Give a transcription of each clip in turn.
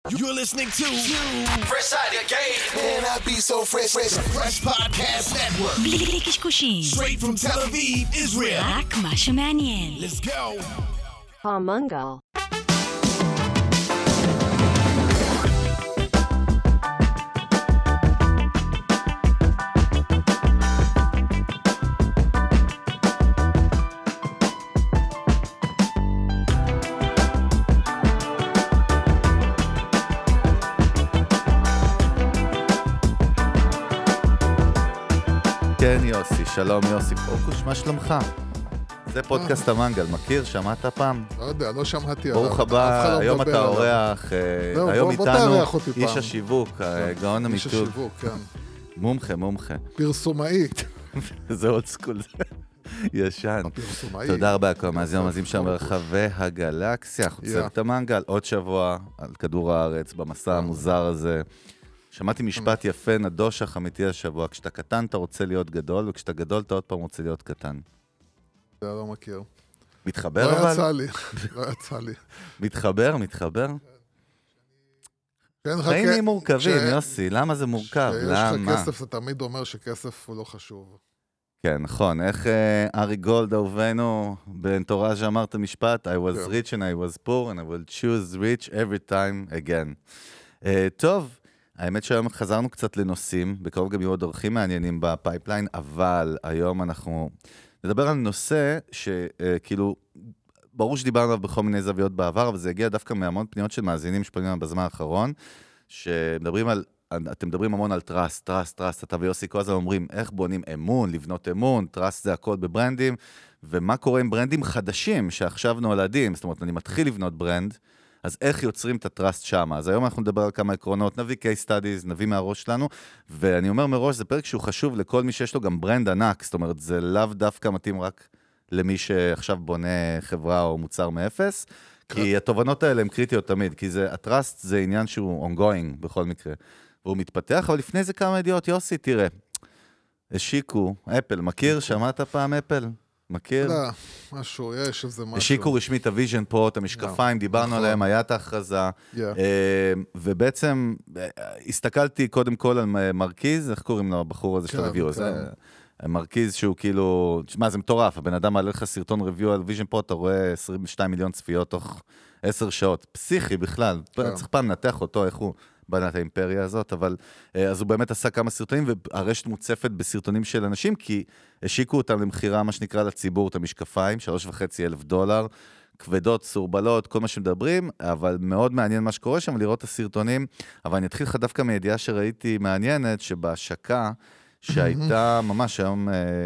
You're listening to Fresh Out of Game. Man, I be so fresh. Fresh Podcast Network. בלי קשקושים. Straight from Tel Aviv, Israel. רק מה שמעניין. Let's go. Hamungal. כן יוסי, שלום יוסי פורקוש, מה שלומך? זה פודקאסט המנגל, מכיר? שמעת פעם? לא יודע, לא שמעתי. ברוך הבא, היום אתה אורח, היום איתנו איש השיווק, גאון איש המיתוג. השיווק, כן. מומחה. פרסומאי. זה עוד סקול, ישן. הפרסומאי. תודה רבה לכל המאזינים שם ברחבי הגלקסיה, אנחנו צוות המנגל, עוד שבוע על כדור הארץ, במסע המוזר הזה. שמעתי משפט יפה, נדושך אמיתי השבוע, כשאתה קטן אתה רוצה להיות גדול, וכשאתה גדול אתה עוד פעם רוצה להיות קטן. זה לא מכיר. מתחבר אבל? לא יצא לי. מתחבר? חיים מורכבים, יוסי, למה זה מורכב? כשיש לך כסף, זה תמיד אומר שכסף הוא לא חשוב. כן, נכון. איך ארי גולד אהובנו באנטוראז' אמר את המשפט, I was rich and I was poor and I will choose rich every time again. טוב. האמת שהיום חזרנו קצת לנושאים, בקרוב גם יהיו עוד אורחים מעניינים בפייפליין, אבל היום אנחנו נדבר על נושא שכאילו, ברור שדיברנו עליו בכל מיני זוויות בעבר, אבל זה הגיע דווקא מהמון פניות של מאזינים שפונים בזמן האחרון, שמדברים על, אתם מדברים המון על טראסט, אתה ויוסי כל הזמן אומרים, איך בונים אמון, לבנות אמון, טראסט זה הכל בברנדים, ומה קורה עם ברנדים חדשים שעכשיו נולדים, זאת אומרת, אני מתחיל לבנות ברנד, אז איך יוצרים את הטראסט שם? אז היום אנחנו נדבר על כמה עקרונות, נביא case studies, נביא מהראש שלנו, ואני אומר מראש, זה פרק שהוא חשוב לכל מי שיש לו גם ברנד ענק, זאת אומרת, זה לאו דווקא מתאים רק למי שעכשיו בונה חברה או מוצר מאפס, כי התובנות האלה הן קריטיות תמיד, כי הטראסט זה עניין שהוא ongoing בכל מקרה, והוא מתפתח, אבל לפני זה כמה ידיעות, יוסי, תראה, השיקו, אפל, מכיר? שמעת פעם אפל? מכיר? לא, משהו, יש איזה משהו. השיקו רשמית הוויז'ן פה, את המשקפיים, דיברנו עליהם, היה את ההכרזה, ובעצם הסתכלתי קודם כל על מרקיז, איך קוראים לו הבחור הזה של הריוויו? מרקיז שהוא כאילו, מה זה מטורף, הבן אדם מעלה לך סרטון ריוויו על ויז'ן פה, אתה רואה 22 מיליון צפיות תוך 10 שעות, פסיכי בכלל, צריך פעם לנתח אותו, איך הוא בנה את האימפריה הזאת, אבל אז הוא באמת עשה כמה סרטונים, והרשת מוצפת בסרטונים של אנשים, כי השיקו אותם למחירה, מה שנקרא לציבור, את המשקפיים, $3,500, כבדות, סורבלות, כל מה שמדברים, אבל מאוד מעניין מה שקורה שם, לראות את הסרטונים, אבל אני אתחיל לך דווקא מידיעה שראיתי מעניינת, שבהשקה, שהייתה ממש היום,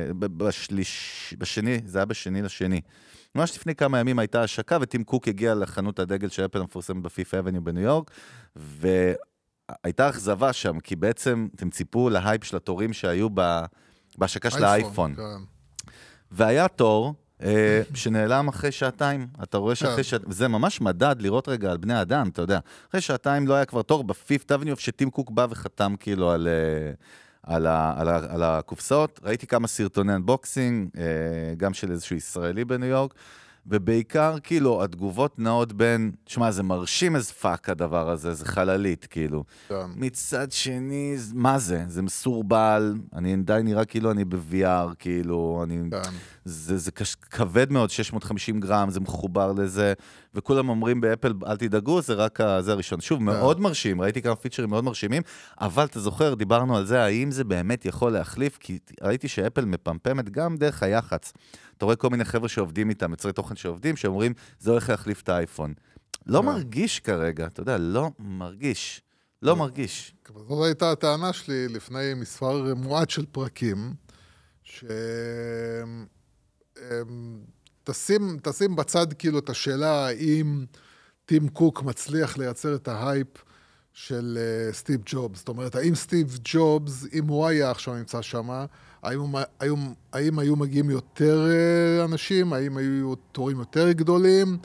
בשני, זה היה בשני לשני, ממש לפני כמה ימים הייתה השקה, וטים קוק הגיע לחנות הדגל של אפל המפורסמת בפיף אבניו בניו יורק, והייתה אכזבה שם, כי בעצם אתם ציפו להייפ של התורים שהיו בהשקה של האייפון. והיה תור שנעלם אחרי שעתיים, אתה רואה שאחרי שעתיים, וזה ממש מדד לראות רגע על בני אדם, אתה יודע, אחרי שעתיים לא היה כבר תור בפיף אבניו, שטים קוק בא וחתם כאילו על הקופסאות, ראיתי כמה סרטוני אנבוקסינג, גם של איזשהו ישראלי בניו יורק, ובעיקר כאילו התגובות נעות בין, שמה זה מרשים איזה פאק הדבר הזה, זה חללית כאילו, מצד שני, מה זה? זה מסורבל, אני די נראה כאילו אני ב-VR כאילו, זה כבד מאוד, 650 גרם, זה מחובר לזה, וכולם אומרים באפל, אל תדאגו, זה רק זה הראשון. שוב, מאוד מרשים, ראיתי כמה פיצ'רים מאוד מרשימים, אבל אתה זוכר, דיברנו על זה, האם זה באמת יכול להחליף, כי ראיתי שאפל מפמפמת גם דרך היח"צ. אתה רואה כל מיני חבר'ה שעובדים איתם, יוצרי תוכן שעובדים, שאומרים, זה הולך להחליף את האייפון. לא מרגיש כרגע, אתה יודע, לא מרגיש. זאת הייתה הטענה שלי לפני מספר מועט של פרקים, תשים בצד כאילו את השאלה האם טים קוק מצליח לייצר את ההייפ של סטיב ג'ובס. זאת אומרת, האם סטיב ג'ובס, אם הוא היה עכשיו נמצא שם, האם היו מגיעים יותר אנשים, האם היו תורים יותר גדולים?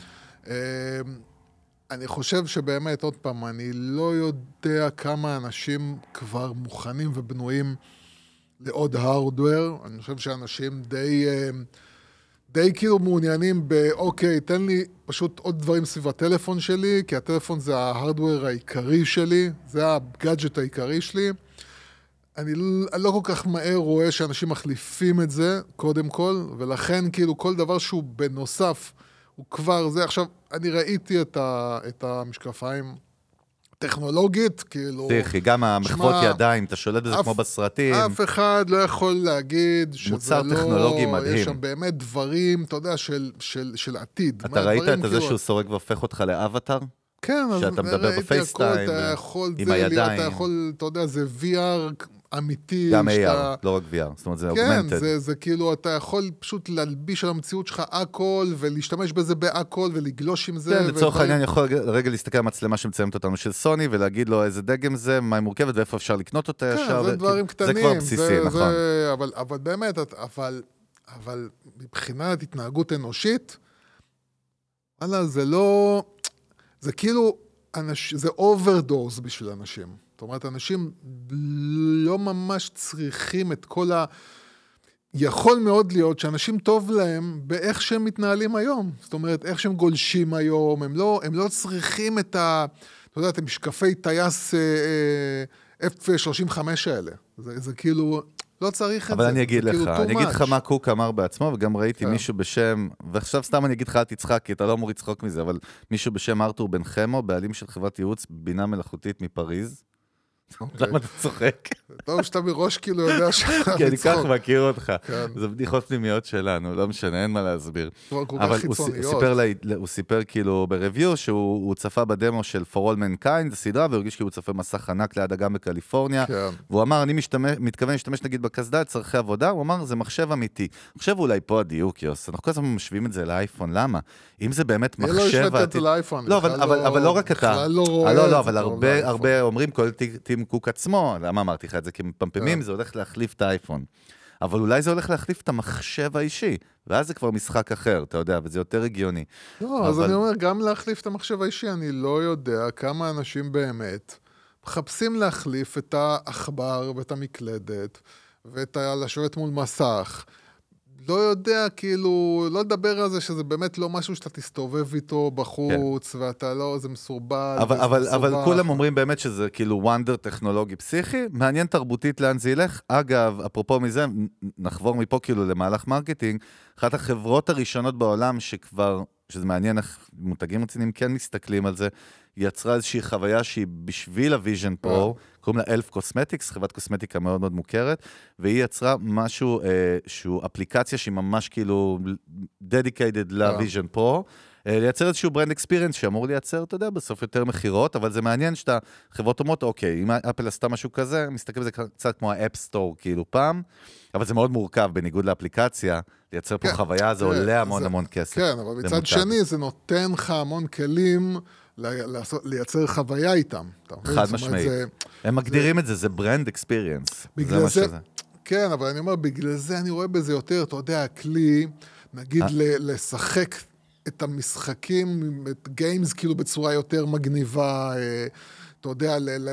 אני חושב שבאמת, עוד פעם, אני לא יודע כמה אנשים כבר מוכנים ובנויים לעוד הארדוור. אני חושב שאנשים די כאילו מעוניינים אוקיי, תן לי פשוט עוד דברים סביב הטלפון שלי, כי הטלפון זה ההרדוור העיקרי שלי, זה הגאדג'ט העיקרי שלי. אני לא כל כך מהר רואה שאנשים מחליפים את זה, קודם כל, ולכן כאילו כל דבר שהוא בנוסף, הוא כבר זה. עכשיו, אני ראיתי את המשקפיים טכנולוגית, כאילו... תכי, גם המחוות ידיים, אתה שולט בזה כמו בסרטים. אף אחד לא יכול להגיד שזה לא... מוצר טכנולוגי מדהים. יש שם באמת דברים, אתה יודע, של עתיד. אתה ראית את זה שהוא סורק והופך אותך לאבטר? כן, אז שאתה מדבר בפייסטיים, עם הידיים. אתה יכול, אתה יודע, זה VR אמיתי. גם AR, לא רק VR, זאת אומרת, זה augmented. כן, זה כאילו, אתה יכול פשוט להלביש על המציאות שלך הכל, ולהשתמש בזה בהכל, ולגלוש עם זה. כן, לצורך העניין יכול רגע להסתכל על מצלמה שמצלמת אותנו של סוני, ולהגיד לו איזה דגם זה, מה היא מורכבת, ואיפה אפשר לקנות אותה ישר. כן, זה דברים קטנים. זה כבר בסיסי, נכון. אבל באמת, אבל מבחינת התנהגות אנושית, וואלה, זה לא... זה כאילו, זה אוברדורס בשביל אנשים. זאת אומרת, אנשים לא ממש צריכים את כל יכול מאוד להיות שאנשים טוב להם באיך שהם מתנהלים היום. זאת אומרת, איך שהם גולשים היום, הם לא צריכים את אתה יודע, את המשקפי טייס F-35 האלה. זה כאילו... לא צריך את זה. אבל אני אגיד לך מה קוק אמר בעצמו, וגם ראיתי מישהו בשם, ועכשיו סתם אני אגיד לך, אל תצחק, כי אתה לא אמור לצחוק מזה, אבל מישהו בשם ארתור בן חמו, בעלים של חברת ייעוץ בינה מלאכותית מפריז. למה אתה צוחק? טוב, שאתה מראש כאילו יודע שאתה לצחוק. כי אני כך מכיר אותך. זה בדיחות פנימיות שלנו, לא משנה, אין מה להסביר. אבל הוא סיפר כאילו ברביו, שהוא צפה בדמו של For All Mankind, הסדרה, והוא הרגיש כאילו הוא צפה מסך ענק ליד אגם בקליפורניה, והוא אמר, אני מתכוון להשתמש נגיד בקסדה, צרכי עבודה, הוא אמר, זה מחשב אמיתי. מחשב אולי פה הדיוק, יוס, אנחנו כל הזמן משווים את זה לאייפון, למה? אם זה באמת מחשב... לא, אבל לא רק אתה. לא, אבל הרבה אומרים, כל טים קוק עצמו, למה אמרתי לך את זה? כי מפמפמים זה הולך להחליף את האייפון. אבל אולי זה הולך להחליף את המחשב האישי, ואז זה כבר משחק אחר, אתה יודע, וזה יותר הגיוני. לא, אז אני אומר, גם להחליף את המחשב האישי, אני לא יודע כמה אנשים באמת מחפשים להחליף את העכבר ואת המקלדת, ואת לשבת מול מסך. לא יודע, כאילו, לא לדבר על זה שזה באמת לא משהו שאתה תסתובב איתו בחוץ, ואתה לא, זה מסורבל. אבל כולם אומרים באמת שזה כאילו וונדר טכנולוגי פסיכי, מעניין תרבותית לאן זה ילך. אגב, אפרופו מזה, נחבור מפה כאילו למהלך מרקטינג, אחת החברות הראשונות בעולם שכבר, שזה מעניין איך מותגים רציניים כן מסתכלים על זה, יצרה איזושהי חוויה שהיא בשביל הוויז'ן פרו, קוראים לה אלף קוסמטיקס, חברת קוסמטיקה מאוד מאוד מוכרת, והיא יצרה משהו שהוא אפליקציה שהיא ממש כאילו dedicated לוויז'ן פרו, לייצר איזשהו ברנד אקספיריינס שאמור לייצר, אתה יודע, בסוף יותר מחירות, אבל זה מעניין שאתה, חברות אומרות, אוקיי, אם אפל עשתה משהו כזה, מסתכל בזה קצת כמו האפ סטור כאילו פעם, אבל זה מאוד מורכב, בניגוד לאפליקציה, לייצר פה חוויה, זה עולה המון המון כסף. כן, אבל מצד שני, זה נותן לך המון כלים לייצר חוויה איתם. חד משמעית. הם מגדירים את זה, זה ברנד אקספיריינס. זה מה שזה. כן, אבל אני אומר, בגלל זה אני רואה בזה יותר, אתה יודע, הכלי, נגיד לשחק את המשחקים, את גיימס כאילו בצורה יותר מגניבה, אתה יודע,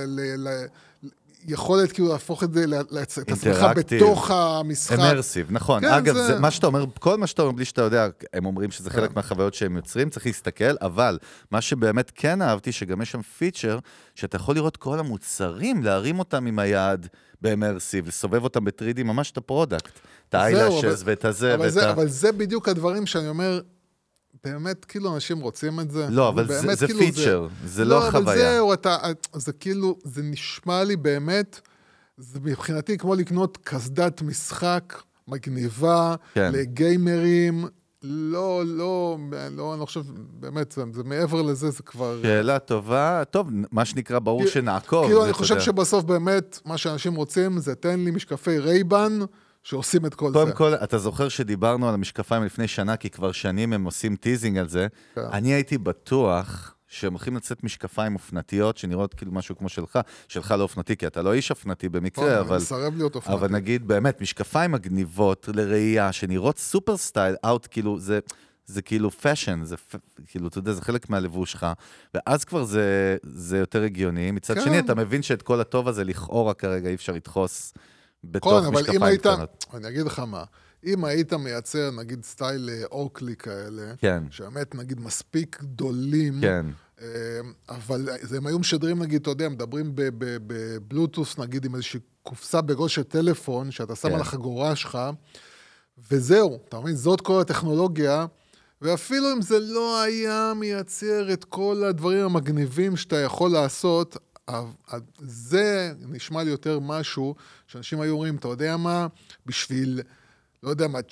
יכולת כאילו להפוך את זה, את עצמך בתוך המשחק. אמרסיב, נכון. אגב, מה שאתה אומר, כל מה שאתה אומר, בלי שאתה יודע, הם אומרים שזה חלק מהחוויות שהם יוצרים, צריך להסתכל, אבל מה שבאמת כן אהבתי, שגם יש שם פיצ'ר, שאתה יכול לראות כל המוצרים, להרים אותם עם היד באמרסיב, לסובב אותם ב-3D, ממש את הפרודקט. את האיילאשז ואת הזה. אבל זה בדיוק הדברים שאני אומר, באמת, כאילו, אנשים רוצים את זה. לא, אבל זה פיצ'ר, זה לא חוויה. לא, אבל זה כאילו, זה נשמע לי באמת, זה מבחינתי כמו לקנות קסדת משחק מגניבה, לגיימרים, לא, אני חושב, באמת, זה מעבר לזה, זה כבר... שאלה טובה, טוב, מה שנקרא, ברור שנעקוב. כאילו, אני חושב שבסוף באמת, מה שאנשים רוצים, זה תן לי משקפי רייבן, שעושים את כל זה. קודם כל, אתה זוכר שדיברנו על המשקפיים לפני שנה, כי כבר שנים הם עושים טיזינג על זה. אני הייתי בטוח שהם הולכים לצאת משקפיים אופנתיות, שנראות כאילו משהו כמו שלך לא אופנתי, כי אתה לא איש אופנתי במקרה, אבל נגיד באמת, משקפיים מגניבות לראייה, שנראות סופר סטייל, אאוט, כאילו זה כאילו פשן, זה כאילו, אתה יודע, זה חלק מהלבוש שלך, ואז כבר זה יותר הגיוני. מצד שני, אתה מבין שאת כל הטוב הזה לכאורה כרגע אי אפשר לדחוס בתוך משקפיים קטנות. אני אגיד לך מה, אם היית מייצר, נגיד, סטייל אוקלי כאלה, כן. שבאמת, נגיד, מספיק גדולים, כן. אבל הם היו משדרים, נגיד, אתה יודע, מדברים בבלוטוס, נגיד, עם איזושהי קופסה בגודל של טלפון, שאתה שם על החגורה שלך, וזהו, אתה מבין, זאת כל הטכנולוגיה, ואפילו אם זה לא היה מייצר את כל הדברים המגניבים שאתה יכול לעשות, זה נשמע לי יותר משהו שאנשים היו אומרים, אתה יודע מה, בשביל, לא יודע מה,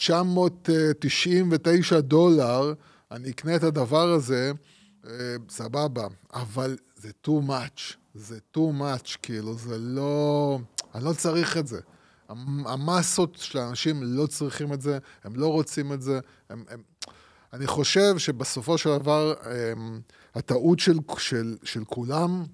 $999, אני אקנה את הדבר הזה, סבבה, אבל זה too much, זה too much, כאילו, זה לא, אני לא צריך את זה. המסות של האנשים לא צריכים את זה, הם לא רוצים את זה, אני חושב שבסופו של דבר, הטעות של כולם,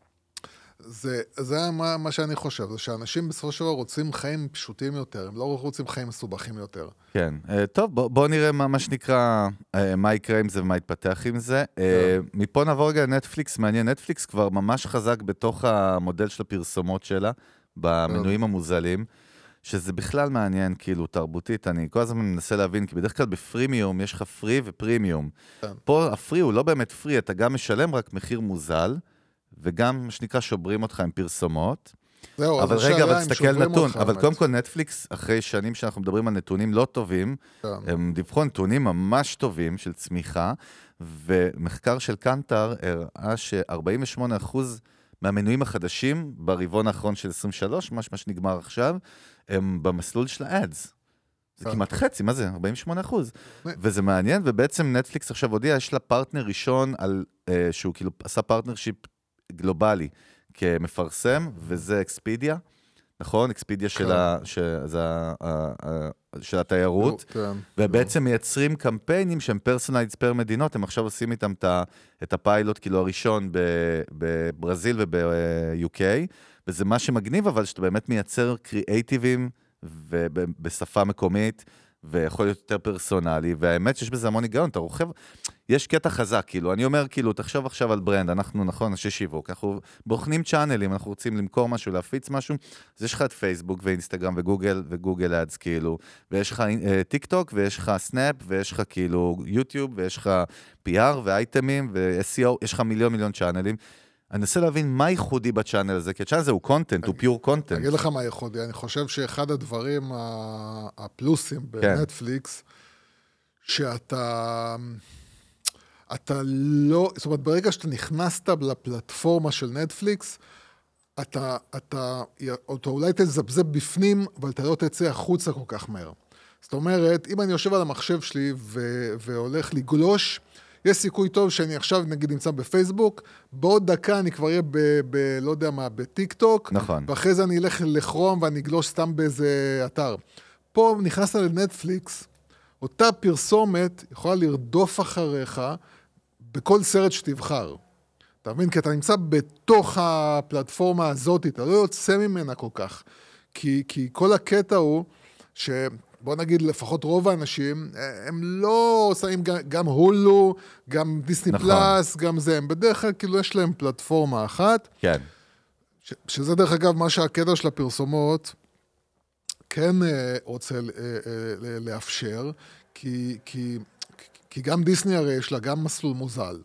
זה מה שאני חושב, זה שאנשים בסופו של דבר רוצים חיים פשוטים יותר, הם לא רוצים חיים מסובכים יותר. כן, טוב, בוא נראה מה שנקרא, מה יקרה עם זה ומה יתפתח עם זה. מפה נעבור רגע לנטפליקס, מעניין, נטפליקס כבר ממש חזק בתוך המודל של הפרסומות שלה, במנויים המוזלים, שזה בכלל מעניין, כאילו, תרבותית, אני כל הזמן מנסה להבין, כי בדרך כלל בפרימיום יש לך פרי ופרימיום. פה הפרי הוא לא באמת פרי, אתה גם משלם רק מחיר מוזל, וגם, מה שנקרא, שוברים אותך עם פרסומות. זהו, אבל רגע, אבל תסתכל נתון. אבל קודם כל, נטפליקס, אחרי שנים שאנחנו מדברים על נתונים לא טובים, הם דיווחו נתונים ממש טובים של צמיחה, ומחקר של קנטר הראה ש48% מהמנויים החדשים, ברבעון האחרון של 23, מה שנגמר עכשיו, הם במסלול של האדס. זה כמעט חצי, מה זה? 48%. וזה מעניין, ובעצם נטפליקס עכשיו הודיע, יש לה פרטנר ראשון שהוא כאילו עשה פרטנרשיפ גלובלי כמפרסם, וזה אקספידיה, נכון? אקספידיה של התיירות, ובעצם מייצרים קמפיינים שהם פרסונלייזד פר מדינות, הם עכשיו עושים איתם את הפיילוט כאילו הראשון בברזיל וב-UK, וזה מה שמגניב, אבל שאתה באמת מייצר קריאייטיבים ובשפה מקומית, ויכול להיות יותר פרסונלי, והאמת שיש בזה המון היגיון, אתה רוכב, יש קטע חזק, כאילו, אני אומר, כאילו, תחשוב עכשיו על ברנד, אנחנו, נכון, אנשי שיווק, אנחנו בוחנים צ'אנלים, אנחנו רוצים למכור משהו, להפיץ משהו, אז יש לך את פייסבוק ואינסטגרם וגוגל אדס, כאילו, ויש לך טיק טוק, ויש לך סנאפ, ויש לך כאילו יוטיוב, ויש לך PR ואייטמים, ו-SEO, יש לך מיליון צ'אנלים, אני אנסה להבין מה ייחודי בצ'אנל הזה, כי הצ'אנל הזה הוא קונטנט, הוא פיור קונטנט. אני אגיד לך מה ייחודי, אני חושב שאחד הדברים הפלוסים בנטפליקס, שאתה לא, זאת אומרת, ברגע שאתה נכנסת לפלטפורמה של נטפליקס, אתה אולי תזבזב בפנים, אבל אתה לא תצא החוצה כל כך מהר. זאת אומרת, אם אני יושב על המחשב שלי והולך לגלוש, יש סיכוי טוב שאני עכשיו, נגיד, נמצא בפייסבוק, בעוד דקה אני כבר אהיה לא יודע מה, בטיק טוק, נכון. ואחרי זה אני אלך לכרום ואני אגלוש סתם באיזה אתר. פה נכנסת לנטפליקס, אותה פרסומת יכולה לרדוף אחריך בכל סרט שתבחר. אתה מבין? כי אתה נמצא בתוך הפלטפורמה הזאת, אתה לא יוצא ממנה כל כך. כי כל הקטע הוא בוא נגיד, לפחות רוב האנשים, הם לא עושים גם הולו, גם דיסני פלאס, גם זה. הם בדרך כלל, כאילו, יש להם פלטפורמה אחת. כן. שזה דרך אגב, מה שהקטע של הפרסומות כן רוצה לאפשר, כי גם דיסני הרי יש לה גם מסלול מוזל.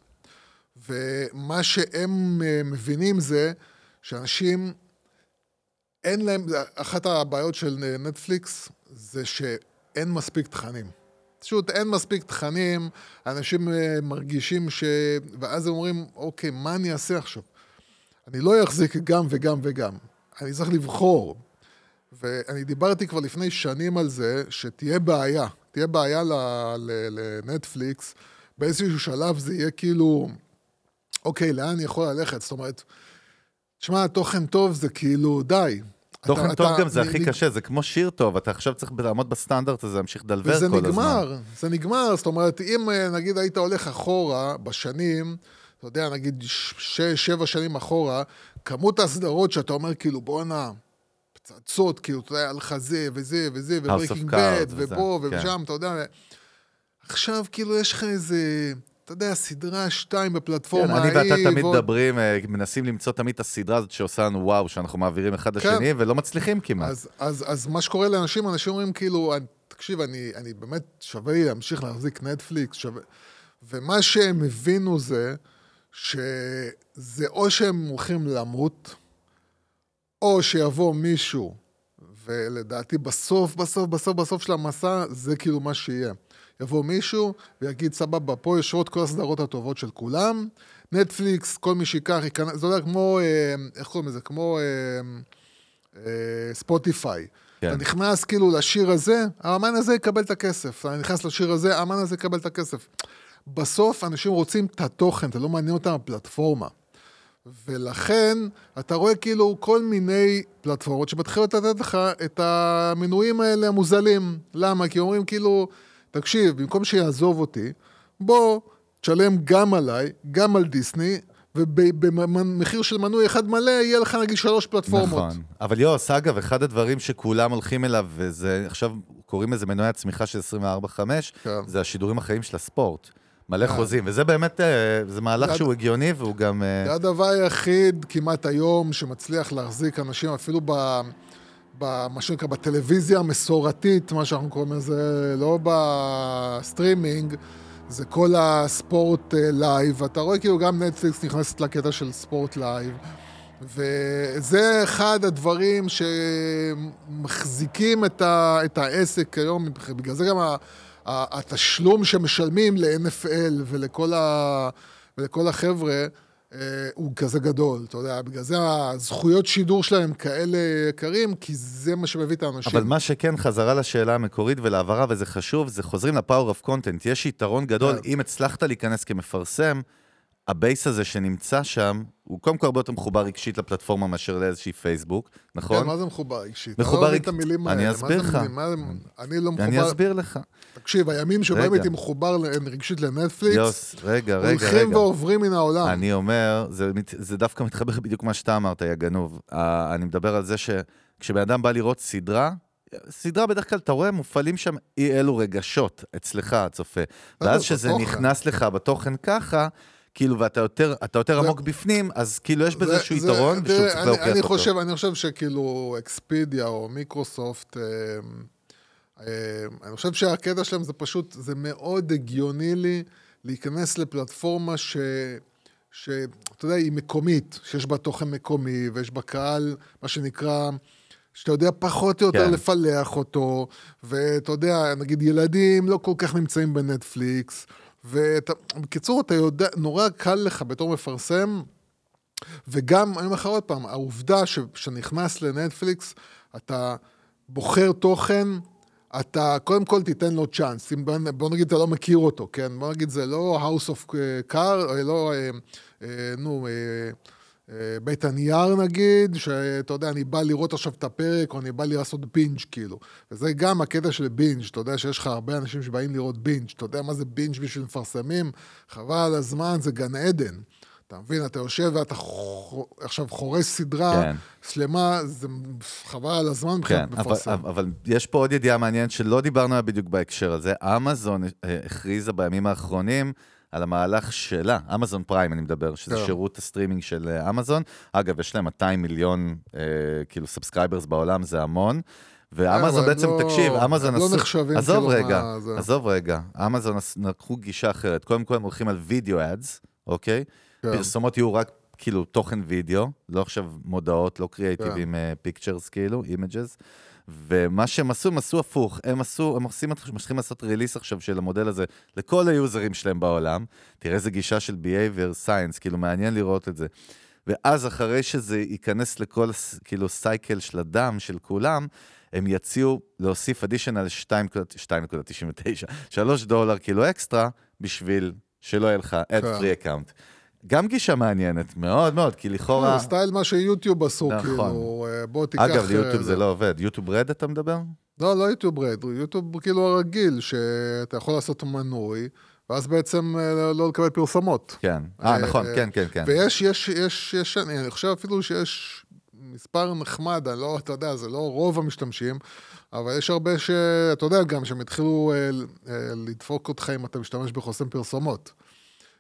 ומה שהם מבינים זה שאנשים אין להם, אחת הבעיות של נטפליקס זה שאין מספיק תכנים. פשוט אין מספיק תכנים, אנשים מרגישים ואז הם אומרים, אוקיי, מה אני אעשה עכשיו? אני לא אחזיק גם וגם וגם. אני צריך לבחור. ואני דיברתי כבר לפני שנים על זה, שתהיה בעיה. תהיה בעיה לנטפליקס, באיזשהו שלב זה יהיה כאילו, אוקיי, לאן אני יכול ללכת? זאת אומרת, תשמע, תוכן טוב זה כאילו, די. תוכן טוב גם זה הכי קשה, זה כמו שיר טוב, אתה עכשיו צריך לעמוד בסטנדרט הזה, להמשיך לדלבר כל הזמן. זה נגמר, זאת אומרת, אם נגיד היית הולך אחורה בשנים, אתה יודע, נגיד 6-7 שנים אחורה, כמות הסדרות שאתה אומר כאילו, בואנה, פצצות, כאילו, אתה יודע, על חזה וזה וזה, וברייקינג בד, ופה ושם, אתה יודע, עכשיו כאילו יש לך איזה, אתה יודע, סדרה 2 בפלטפורמה אני ואתה תמיד מדברים, מנסים למצוא תמיד את הסדרה הזאת שעושה לנו וואו, שאנחנו מעבירים אחד לשני, ולא מצליחים כמעט. אז מה שקורה לאנשים, אנשים אומרים כאילו, תקשיב, אני באמת שווה לי להמשיך להחזיק נטפליקס, ומה שהם הבינו זה, שזה או שהם הולכים למות, או שיבוא מישהו, ולדעתי בסוף של המסע, זה כאילו מה שיהיה. יבוא מישהו ויגיד, סבבה, פה יושבות כל הסדרות הטובות של כולם, נטפליקס, כל מי שיקח, זה יודע כמו, איך קוראים לזה? כמו ספוטיפיי. אתה נכנס כאילו לשיר הזה, האמן הזה יקבל את הכסף. אתה נכנס לשיר הזה, האמן הזה יקבל את הכסף. בסוף אנשים רוצים את התוכן, זה לא מעניין אותם הפלטפורמה. ולכן אתה רואה כאילו כל מיני פלטפורמות שמתחילות לתת לך את המנויים האלה המוזלים. למה? כי אומרים כאילו, תקשיב, במקום שיעזוב אותי, בוא תשלם גם עליי, גם על דיסני, ובמחיר של מנוי אחד מלא, יהיה לך נגיד 3 פלטפורמות. נכון. אבל יוס, אגב, אחד הדברים שכולם הולכים אליו, וזה עכשיו קוראים לזה מנועי הצמיחה של 24/5, זה השידורים החיים של הספורט. מלא חוזים, וזה באמת, זה מהלך שהוא הגיוני, והוא גם... זה הדבר היחיד כמעט היום שמצליח להחזיק אנשים, אפילו מה שנקרא, בטלוויזיה המסורתית, מה שאנחנו קוראים לזה, לא בסטרימינג, זה כל הספורט לייב, אתה רואה כאילו גם נטפליקס נכנסת לקטע של ספורט לייב, וזה אחד הדברים שמחזיקים את העסק היום, בגלל זה גם התשלום שמשלמים ל-NFL ולכל החבר'ה, הוא כזה גדול, אתה יודע, בגלל זה הזכויות שידור שלהם כאלה יקרים, כי זה מה שמביא את האנשים. אבל מה שכן, חזרה לשאלה המקורית ולעברה, וזה חשוב, זה חוזרים ל-Power of Content. יש יתרון גדול, אם הצלחת להיכנס כמפרסם, הבייס הזה שנמצא שם, הוא קודם כל הרבה יותר מחובר רגשית לפלטפורמה מאשר לאיזושהי פייסבוק, נכון? כן, מה זה מחובר רגשית? מחובר רגשית. אני אסביר לך. אני לא מחובר... אני אסביר לך. תקשיב, הימים שבהם הייתי מחובר רגשית לנטפליקס, יוס, רגע. הולכים ועוברים מן העולם. אני אומר, זה דווקא מתחבר בדיוק מה שאתה אמרת, יא גנוב. אני מדבר על זה שכשבן אדם בא לראות סדרה בדרך כלל, אתה רואה, מופעלים שם אי אלו רגשות אצלך, הצופה. ואז שזה נכנס לך בתוכן ככה, כאילו, ואתה יותר עמוק בפנים, אז כאילו יש בזה איזשהו יתרון, ושוב צריך להוכיח אותו. אני חושב שכאילו אקספידיה או מיקרוסופט, אני חושב שהקטע שלהם זה פשוט, זה מאוד הגיוני לי להיכנס לפלטפורמה שאתה יודע, היא מקומית, שיש בה תוכן מקומי, ויש בה קהל, מה שנקרא, שאתה יודע פחות או יותר לפלח אותו, ואתה יודע, נגיד ילדים לא כל כך נמצאים בנטפליקס, ובקיצור, אתה יודע, נורא קל לך בתור מפרסם, וגם, אני אומר לך עוד פעם, העובדה שנכנס לנטפליקס, אתה בוחר תוכן, אתה קודם כל תיתן לו צ'אנס, בוא נגיד, אתה לא מכיר אותו, כן? בוא נגיד, זה לא House of Cards, לא, בית הנייר נגיד, שאתה יודע, אני בא לראות עכשיו את הפרק, או אני בא לי לעשות בינג' כאילו. וזה גם הקטע של בינג', אתה יודע שיש לך הרבה אנשים שבאים לראות בינג', אתה יודע מה זה בינג' בשביל מפרסמים? חבל על הזמן, זה גן עדן. אתה מבין, אתה יושב ואתה עכשיו חורש סדרה שלמה, זה חבל על הזמן מבחינת מפרסם. אבל יש פה עוד ידיעה מעניינת שלא דיברנו עליה בדיוק בהקשר הזה. אמזון הכריזה בימים האחרונים, על המהלך שלה, אמזון פריים אני מדבר, שזה שירות הסטרימינג של אמזון. אגב, יש להם 200 מיליון כאילו סאבסקרייברס בעולם, זה המון. ואמזון בעצם, תקשיב, אמזון עזוב רגע, אמזון לקחו גישה אחרת. קודם כל הם הולכים על וידאו אדס, אוקיי? פרסומות יהיו רק כאילו תוכן וידאו, לא עכשיו מודעות, לא קריאייטיבים פיקצ'רס כאילו, אימג'ז. ומה שהם עשו הפוך, הם מתחילים לעשות ריליס עכשיו של המודל הזה לכל היוזרים שלהם בעולם, תראה איזה גישה של behavior science, כאילו מעניין לראות את זה, ואז אחרי שזה ייכנס לכל כאילו סייקל של הדם של כולם, הם יציעו להוסיף additional 2.99, $3 כאילו אקסטרה, בשביל שלא יהיה לך ad free account. גם גישה מעניינת, מאוד מאוד, כי לכאורה... סטייל מה שיוטיוב עשו, כאילו, בוא תיקח... אגב, ליוטיוב זה לא עובד. יוטיוב רד אתה מדבר? לא יוטיוב רד, יוטיוב כאילו הרגיל, שאתה יכול לעשות מנוי, ואז בעצם לא לקבל פרסומות. כן, נכון, כן. ויש, אני חושב אפילו שיש מספר נחמד, אתה יודע, זה לא רוב המשתמשים, אבל יש הרבה אתה יודע גם, שהם התחילו לדפוק אותך אם אתה משתמש בחוסם פרסומות.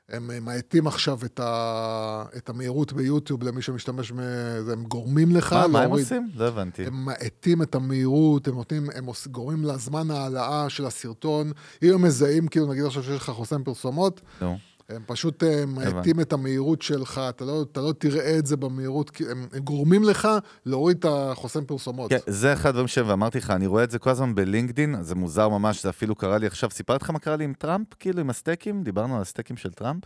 הם מעטים עכשיו את המהירות ביוטיוב למי שמשתמש בזה, הם גורמים לך להוריד. מה הם עושים? לא הבנתי. הם מעטים את המהירות, הם גורמים לזמן העלאה של הסרטון. אם הם מזהים, כאילו נגיד עכשיו שיש לך חוסם פרסומות, הם פשוט מעטים את המהירות שלך, אתה לא תראה את זה במהירות, כי הם גורמים לך להוריד את החוסם פרסומות. כן, זה אחד דברים שאמרתי לך, אני רואה את זה כל הזמן בלינקדין, זה מוזר ממש, זה אפילו קרה לי עכשיו, סיפרתי לך מה קרה לי עם טראמפ, כאילו עם הסטייקים, דיברנו על הסטייקים של טראמפ?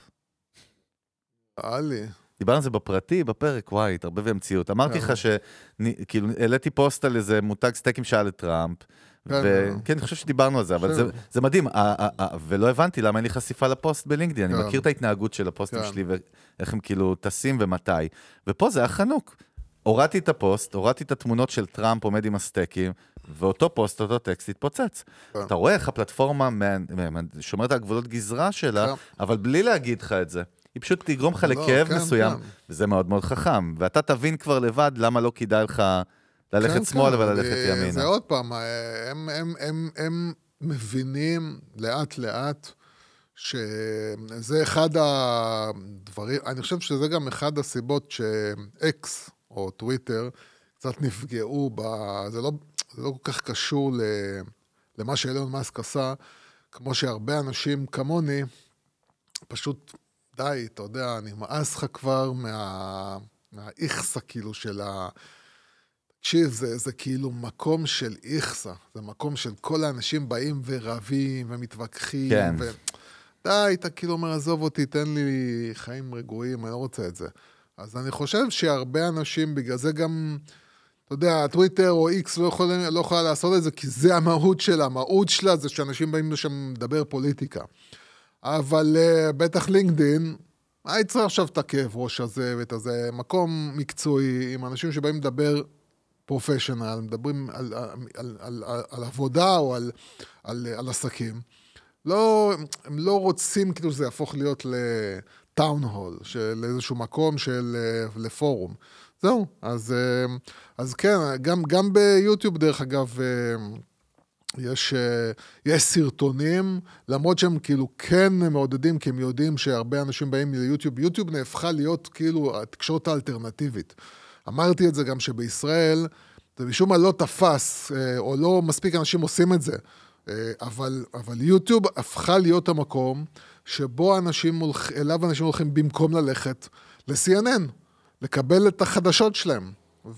לי. דיברנו על זה בפרטי, בפרק, וואי, התערבב המציאות. אמרתי לך שכאילו, העליתי פוסט על איזה מותג סטייקים שהיה לטראמפ, וכן, אני חושב שדיברנו על זה, אבל זה מדהים, ולא הבנתי למה אין לי חשיפה לפוסט בלינקדין, אני מכיר את ההתנהגות של הפוסטים שלי, ואיך הם כאילו טסים ומתי, ופה זה היה חנוק. הורדתי את הפוסט, הורדתי את התמונות של טראמפ עומד עם הסטייקים, ואותו פוסט, אותו טקסט התפוצץ. אתה רואה איך הפלטפורמה שומרת על גבולות גזרה שלה, אבל בלי להגיד לך את זה. היא פשוט תגרום לך לכאב מסוים, וזה מאוד מאוד חכם, ואתה תבין כבר לבד למה לא כדאי לך ללכת שמאל וללכת ימינה. זה עוד פעם, הם מבינים לאט לאט שזה אחד הדברים, אני חושב שזה גם אחד הסיבות שאקס או טוויטר קצת נפגעו, זה לא כל כך קשור למה שאילון מאסק עשה, כמו שהרבה אנשים כמוני, פשוט די, אתה יודע, נמאס לך כבר מהאיכסה כאילו של תקשיב, זה כאילו מקום של איכסה, זה מקום של כל האנשים באים ורבים ומתווכחים, כן. די, אתה כאילו אומר, עזוב אותי, תן לי חיים רגועים, אני לא רוצה את זה. אז אני חושב שהרבה אנשים, בגלל זה גם, אתה יודע, טוויטר או איקס לא יכולה לעשות את זה, כי זה המהות שלה, המהות שלה זה שאנשים באים לשם לדבר פוליטיקה. אבל בטח לינקדין, היית צריך עכשיו את הכאב ראש הזה ואת הזה, מקום מקצועי, עם אנשים שבאים לדבר פרופשנל, מדברים על עבודה או על עסקים. לא, הם לא רוצים כאילו זה יהפוך להיות לטאון הול, לאיזשהו מקום לפורום. זהו, אז כן, גם ביוטיוב דרך אגב, יש סרטונים, למרות שהם כאילו כן מעודדים, כי הם יודעים שהרבה אנשים באים ליוטיוב, יוטיוב נהפכה להיות כאילו התקשורת האלטרנטיבית. אמרתי את זה גם שבישראל, זה משום מה לא תפס, או לא מספיק אנשים עושים את זה, אבל יוטיוב הפכה להיות המקום שבו אליו אנשים הולכים במקום ללכת ל-CNN, לקבל את החדשות שלהם,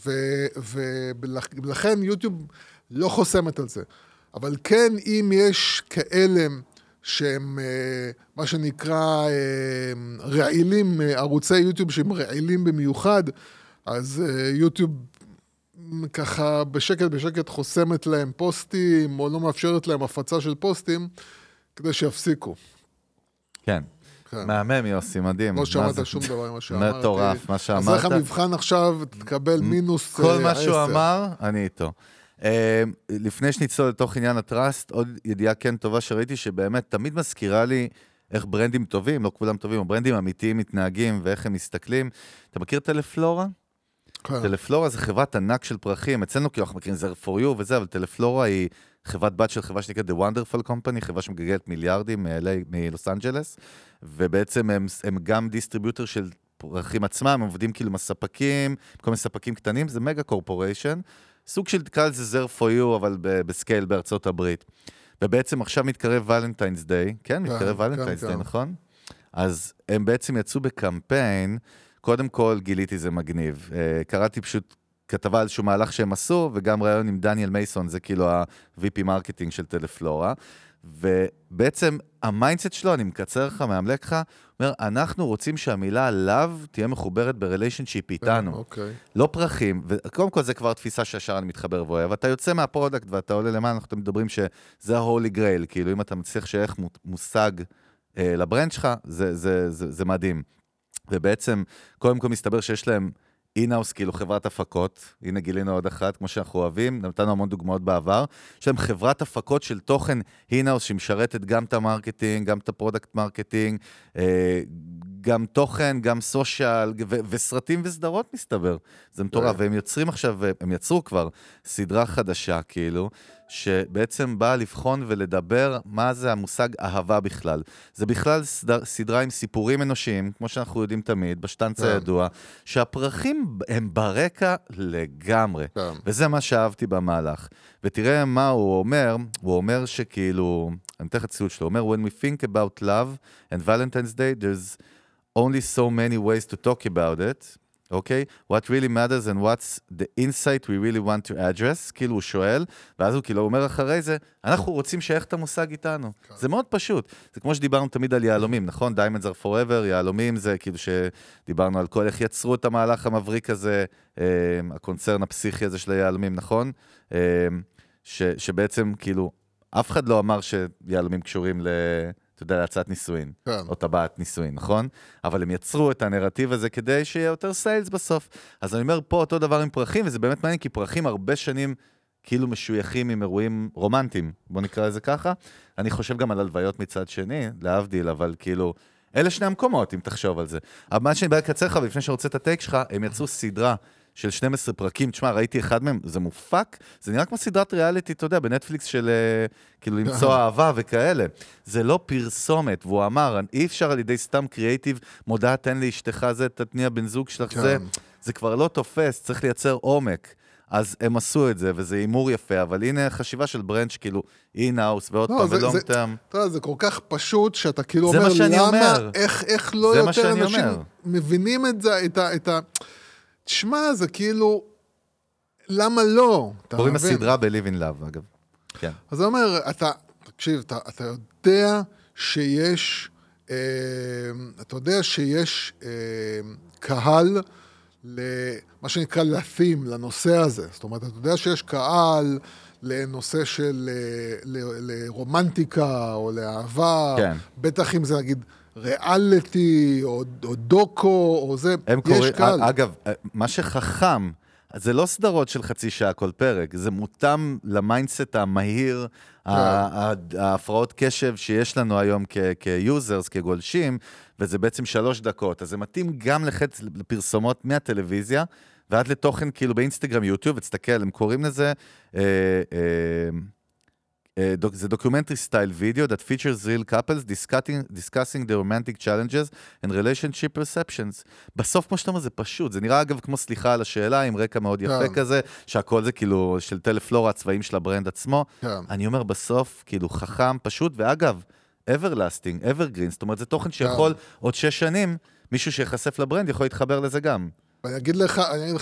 ולכן יוטיוב לא חוסמת על זה. אבל כן, אם יש כאלה שהם, מה שנקרא, רעילים, ערוצי יוטיוב שהם רעילים במיוחד, אז יוטיוב ככה בשקט חוסמת להם פוסטים, או לא מאפשרת להם הפצה של פוסטים, כדי שיפסיקו. כן. מהמם יוסי, מדהים. לא שמעת שום דבר מה שאמרתי. מטורף, מה שאמרת. אז איך המבחן עכשיו תקבל מינוס 10. כל מה שהוא אמר, אני איתו. לפני שנצלול לתוך עניין הטראסט, עוד ידיעה כן טובה שראיתי, שבאמת תמיד מזכירה לי איך ברנדים טובים, לא כולם טובים, או ברנדים אמיתיים מתנהגים, ואיך הם מסתכלים. אתה מכיר טלפלורה? טלפלורה זה חברת ענק של פרחים, אצלנו כאילו אנחנו מכירים זר פור יו וזה, אבל טלפלורה היא חברת בת של חברה שנקראת The Wonderful Company, חברה שמגלגלת מיליארדים מלוס אנג'לס, ובעצם הם גם דיסטריביוטר של פרחים עצמם, הם עובדים כאילו מספקים, כל מיני ספקים קטנים, זה מגה קורפוריישן, סוג של תקרא לזה זר פור יו, אבל בסקייל בארצות הברית. ובעצם עכשיו מתקרב ולנטיינס דיי, כן, מתקרב ולנטיינס דיי, נכון? אז הם בעצם יצאו בקמפיין, קודם כל גיליתי זה מגניב. קראתי פשוט כתבה על איזשהו מהלך שהם עשו, וגם ראיון עם דניאל מייסון, זה כאילו ה-VP מרקטינג של טלפלורה, ובעצם המיינדסט שלו, אני מקצר לך, מאמלק לך, אומר, אנחנו רוצים שהמילה love תהיה מחוברת בריליישנשיפ איתנו. לא פרחים, וקודם כל זה כבר תפיסה שישר אני מתחבר ואוהב, אתה יוצא מהפרודקט ואתה עולה למעלה, אנחנו מדברים שזה ה-Holy Grail, כאילו אם אתה מצליח שאיך מושג לברנד שלך, זה מדהים. ובעצם, קודם כל מסתבר שיש להם אינאוס, כאילו חברת הפקות, הנה גילינו עוד אחת, כמו שאנחנו אוהבים, נתנו המון דוגמאות בעבר, יש להם חברת הפקות של תוכן אינאוס, שמשרתת גם את המרקטינג, גם את הפרודקט מרקטינג, גם תוכן, גם סושיאל, וסרטים וסדרות מסתבר. זה מטורף, והם יוצרים עכשיו, הם יצרו כבר סדרה חדשה, כאילו, שבעצם באה לבחון ולדבר מה זה המושג אהבה בכלל. זה בכלל סדרה עם סיפורים אנושיים, כמו שאנחנו יודעים תמיד, בשטנץ הידוע, שהפרחים הם ברקע לגמרי. וזה מה שאהבתי במהלך. ותראה מה הוא אומר שכאילו, אני אתן לך ציוד שלו, הוא אומר, when we think about love and Valentine's Day, there's only so many ways to talk about it. אוקיי? What really matters and what's the insight we really want to address, כאילו הוא שואל, ואז הוא כאילו אומר אחרי זה, אנחנו רוצים שאיך את המושג איתנו. זה מאוד פשוט. זה כמו שדיברנו תמיד על יהלומים, נכון? Diamonds are forever, יהלומים זה כאילו שדיברנו על כל איך יצרו את המהלך המבריק הזה, הקונצרן הפסיכי הזה של היהלומים, נכון? שבעצם כאילו, אף אחד לא אמר שיהלומים קשורים אתה יודע, להצעת נישואין, או טבעת נישואין, נכון? אבל הם יצרו את הנרטיב הזה כדי שיהיה יותר סיילס בסוף. אז אני אומר פה אותו דבר עם פרחים, וזה באמת מעניין, כי פרחים הרבה שנים כאילו משויכים עם אירועים רומנטיים, בוא נקרא לזה ככה. אני חושב גם על הלוויות מצד שני, להבדיל, אבל כאילו, אלה שני המקומות, אם תחשוב על זה. אבל מה שאני בא לקצר לך, ולפני שרוצה את הטייק שלך, הם יצרו סדרה של 12 פרקים, תשמע, ראיתי אחד מהם, זה מופק, זה נראה כמו סדרת ריאליטי, אתה יודע, בנטפליקס של, כאילו, למצוא אהבה וכאלה. זה לא פרסומת, והוא אמר, אי אפשר על ידי סתם קריאייטיב, מודעה, תן לאשתך זה, תתניע בן זוג שלך זה כבר לא תופס, צריך לייצר עומק. אז הם עשו את זה, וזה אימור יפה, אבל הנה חשיבה של ברנץ', כאילו, אין-האוס, ועוד פעם, ולונג טרם. אתה יודע, זה כל כך פשוט, שאתה כאילו אומר, למה, איך לא יותר אנשים מבינים את זה, תשמע, זה כאילו, למה לא? קוראים הסדרה ב-Live in Love, אגב. כן. אז זה אומר, תקשיב, אתה יודע שיש, קהל, מה שנקרא לתים, לנושא הזה. זאת אומרת, אתה יודע שיש קהל לנושא של, לרומנטיקה או לאהבה, כן. בטח אם זה נגיד ריאליטי או דוקו או זה, יש קהל. אגב, מה שחכם, זה לא סדרות של חצי שעה כל פרק, זה מותאם למיינדסט המהיר, ההפרעות קשב שיש לנו היום כיוזרס, כגולשים, וזה בעצם 3 דקות, אז זה מתאים גם לפרסומות מהטלוויזיה, ועד לתוכן כאילו באינסטגרם, יוטיוב, ותסתכל, הם קוראים לזה, זה documentary style video that features real couples discussing the romantic challenges and relationship perceptions. בסוף, כמו שאתה אומר, זה פשוט. זה נראה אגב כמו סליחה על השאלה, עם רקע מאוד יפה כזה, שהכל זה כאילו של טלפלורה, הצבעים של הברנד עצמו. אני אומר בסוף, כאילו חכם, פשוט, ואגב, everlasting, evergreen, זאת אומרת, זה תוכן שיכול עוד 6 שנים, מישהו שיחשף לברנד יכול להתחבר לזה גם. ואני אגיד לך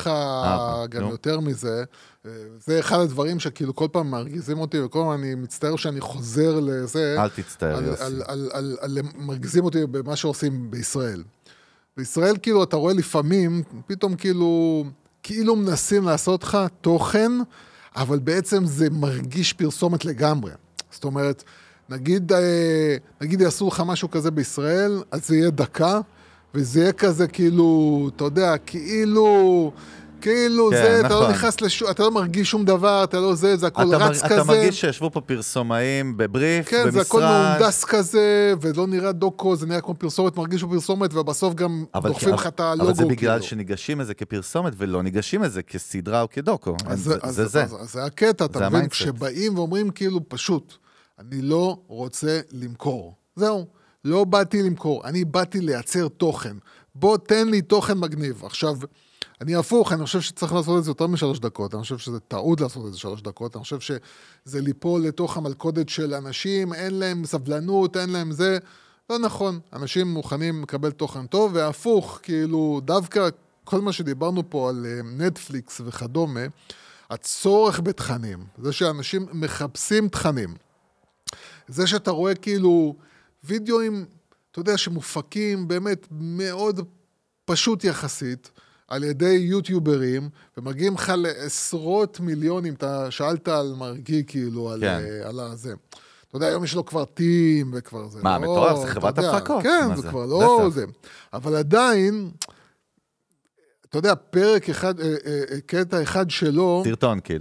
גם יותר מזה, זה אחד הדברים שכאילו כל פעם מרגיזים אותי, וכל פעם אני מצטער שאני חוזר לזה. אל תצטער, יוסי. מרגיזים אותי במה שעושים בישראל. בישראל כאילו אתה רואה לפעמים, פתאום כאילו מנסים לעשות לך תוכן, אבל בעצם זה מרגיש פרסומת לגמרי. זאת אומרת, נגיד יעשו לך משהו כזה בישראל, אז זה יהיה דקה, וזה יהיה כזה כאילו, אתה יודע, כאילו זה, אתה לא נכנס אתה לא מרגיש שום דבר, אתה לא זה הכל רץ כזה. אתה מרגיש שישבו פה פרסומאים בבריף, במשרד. כן, זה הכל מהונדס כזה, ולא נראה דוקו, זה נראה כמו פרסומת, מרגיש פרסומת, ובסוף גם דוחפים לך את הלוגו. אבל זה בגלל שניגשים את זה כפרסומת, ולא ניגשים את זה כסדרה או כדוקו. זה זה. אז זה הקטע, אתה מבין, כשבאים ואומרים כאילו פשוט, אני לא רוצה למכור. זהו. לא באתי למכור, אני באתי לייצר תוכן. בוא תן לי תוכן מגניב. עכשיו, אני הפוך, אני חושב שצריך לעשות את זה יותר מ3 דקות, אני חושב שזה טעות לעשות את זה 3 דקות, אני חושב שזה ליפול לתוך המלכודת של אנשים, אין להם סבלנות, אין להם זה, לא נכון, אנשים מוכנים לקבל תוכן טוב, והפוך, כאילו, דווקא כל מה שדיברנו פה על נטפליקס וכדומה, הצורך בתכנים, זה שאנשים מחפשים תכנים, זה שאתה רואה כאילו, וידאוים, אתה יודע, שמופקים באמת מאוד פשוט יחסית, על ידי יוטיוברים, ומגיעים לך לעשרות מיליונים, אתה שאלת על מרגי, כאילו, על הזה. אתה יודע, היום יש לו כבר טים, וכבר זה. מה, מטורף, זה חברת הפקות. כן, זה כבר לא זה. אבל עדיין, אתה יודע, פרק אחד, קטע אחד שלו, סרטון, כאילו.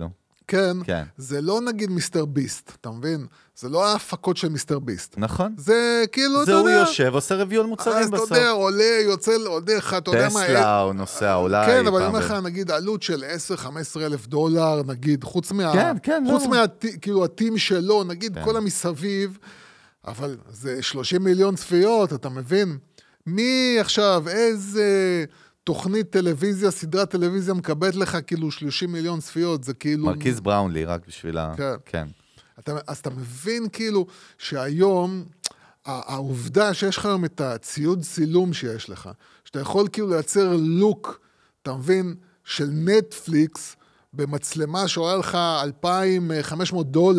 כן, כן. זה לא נגיד מיסטר ביסט, אתה מבין? זה לא ההפקות של מיסטר ביסט. נכון. זה כאילו, זה אתה הוא יודע... יושב, עושה רביו על מוצרים בסוף. אז אתה יודע, עולה, יוצא, עולה לך, אתה יודע מה... טסלה, הוא נוסע, אולי... כן, אבל אני אומר לך, נגיד, עלות של 10-15 $15,000, נגיד, חוץ מה... כן, חוץ לא. מה... כאילו, הטים שלו, נגיד, כל המסביב, אבל זה 30 מיליון צפיות, אתה מבין? מי עכשיו, איזה תוכנית טלוויזיה, סדרת טלוויזיה מקבלת לך כאילו 30 מיליון צפיות, זה כאילו... מרקיז בראונלי, רק בשביל כן. אז אתה מבין כאילו שהיום, העובדה שיש לך היום את הציוד צילום שיש לך, שאתה יכול כאילו לייצר לוק, אתה מבין, של נטפליקס, במצלמה שעולה לך $2,500,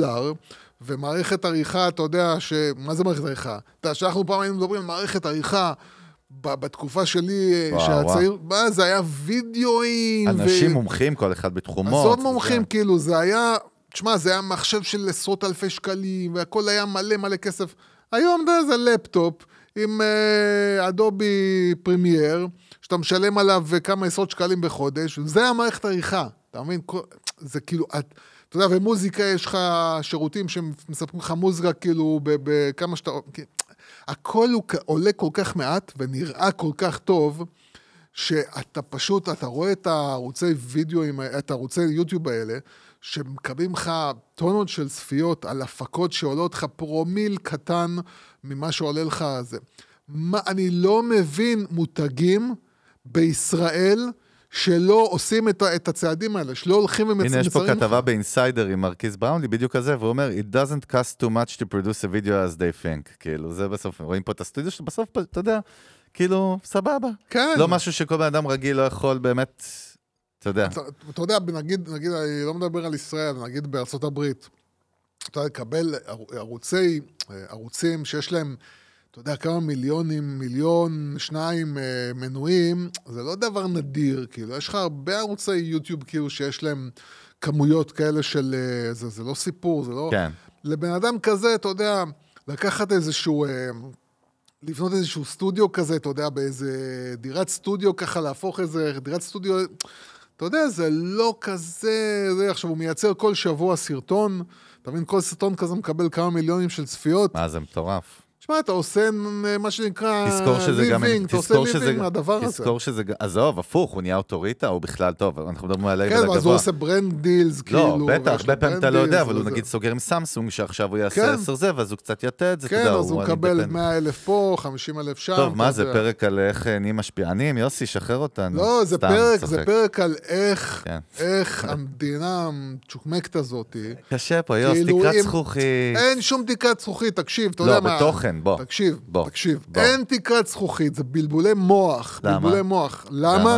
ומערכת עריכה, אתה יודע, מה זה מערכת עריכה? אתה יודע, שאנחנו פעם היינו מדברים על מערכת עריכה, בתקופה שלי, שהצעיר, זה היה וידאוים. אנשים מומחים, כל אחד בתחומו. עזוב מומחים, כאילו, זה היה, תשמע, זה היה מחשב של עשרות אלפי שקלים, והכל היה מלא כסף. היום זה לפטופ, עם אדובי פרימייר, שאתה משלם עליו כמה עשרות שקלים בחודש, זה המערכת עריכה, אתה מבין? זה כאילו, אתה יודע, ומוזיקה, יש לך שירותים שמספקים לך מוזיקה, כאילו, בכמה שאתה... הכל עולה כל כך מעט, ונראה כל כך טוב, שאתה פשוט, אתה רואה את הערוצי וידאו, את הערוצי יוטיוב האלה, שמקבלים לך טונות של צפיות על הפקות שעולות לך פרומיל קטן ממה שעולה לך זה. אני לא מבין מותגים בישראל שלא עושים את הצעדים האלה, שלא הולכים ומצרים. הנה, יש פה כתבה באינסיידר עם מרקיז בראונלי, בדיוק כזה, והוא אומר, It doesn't cost too much to produce a video as they think. כאילו, זה בסוף, רואים פה את הסטודיו שבסוף, אתה יודע, כאילו, סבבה. כן. לא משהו שכל בן אדם רגיל לא יכול באמת, אתה יודע. אתה יודע, נגיד, אני לא מדבר על ישראל, נגיד בארצות הברית, אתה יודע, לקבל ערוצים שיש להם, אתה יודע, כמה מיליונים, 1-2 מנויים, זה לא דבר נדיר, כאילו, יש לך הרבה ערוצי יוטיוב, כאילו, שיש להם כמויות כאלה של, זה לא סיפור, זה לא... כן. לבן אדם כזה, אתה יודע, לקחת איזשהו, לבנות איזשהו סטודיו כזה, אתה יודע, באיזה דירת סטודיו, ככה להפוך איזה דירת סטודיו, אתה יודע, זה לא כזה, זה, עכשיו הוא מייצר כל שבוע סרטון, אתה מבין, כל סרטון כזה מקבל כמה מיליונים של צפיות. מה, זה מטורף. תשמע, אתה עושה מה שנקרא ליבינג, אתה עושה ליבינג מהדבר הזה. תזכור שזה, עזוב, הפוך, הוא נהיה אוטוריטה, הוא בכלל טוב, אנחנו מדברים על הלייבל הגבוה. הגבוה. כן, אז הוא עושה ברנד דילס, כאילו. לא, בטח, הרבה פעמים אתה לא יודע, אבל הוא נגיד סוגר עם סמסונג, שעכשיו הוא יעשה 10 זה, ואז הוא קצת יתד, זה כן, אז הוא מקבל 100,000 פה, 50,000 שם. טוב, מה זה פרק על איך נהיים משפיענים? יוסי, שחרר אותנו. לא, זה פרק על איך המדינה המשוקמקת הזאת. קשה פה, יוס, תקרת זכוכית. אין שום תקרת זכוכית, תקשיב, אתה יודע מה. לא, בתוכן, בוא. תקשיב, אין תקרת זכוכית, זה בלבולי מוח. בלבולי מוח. למה?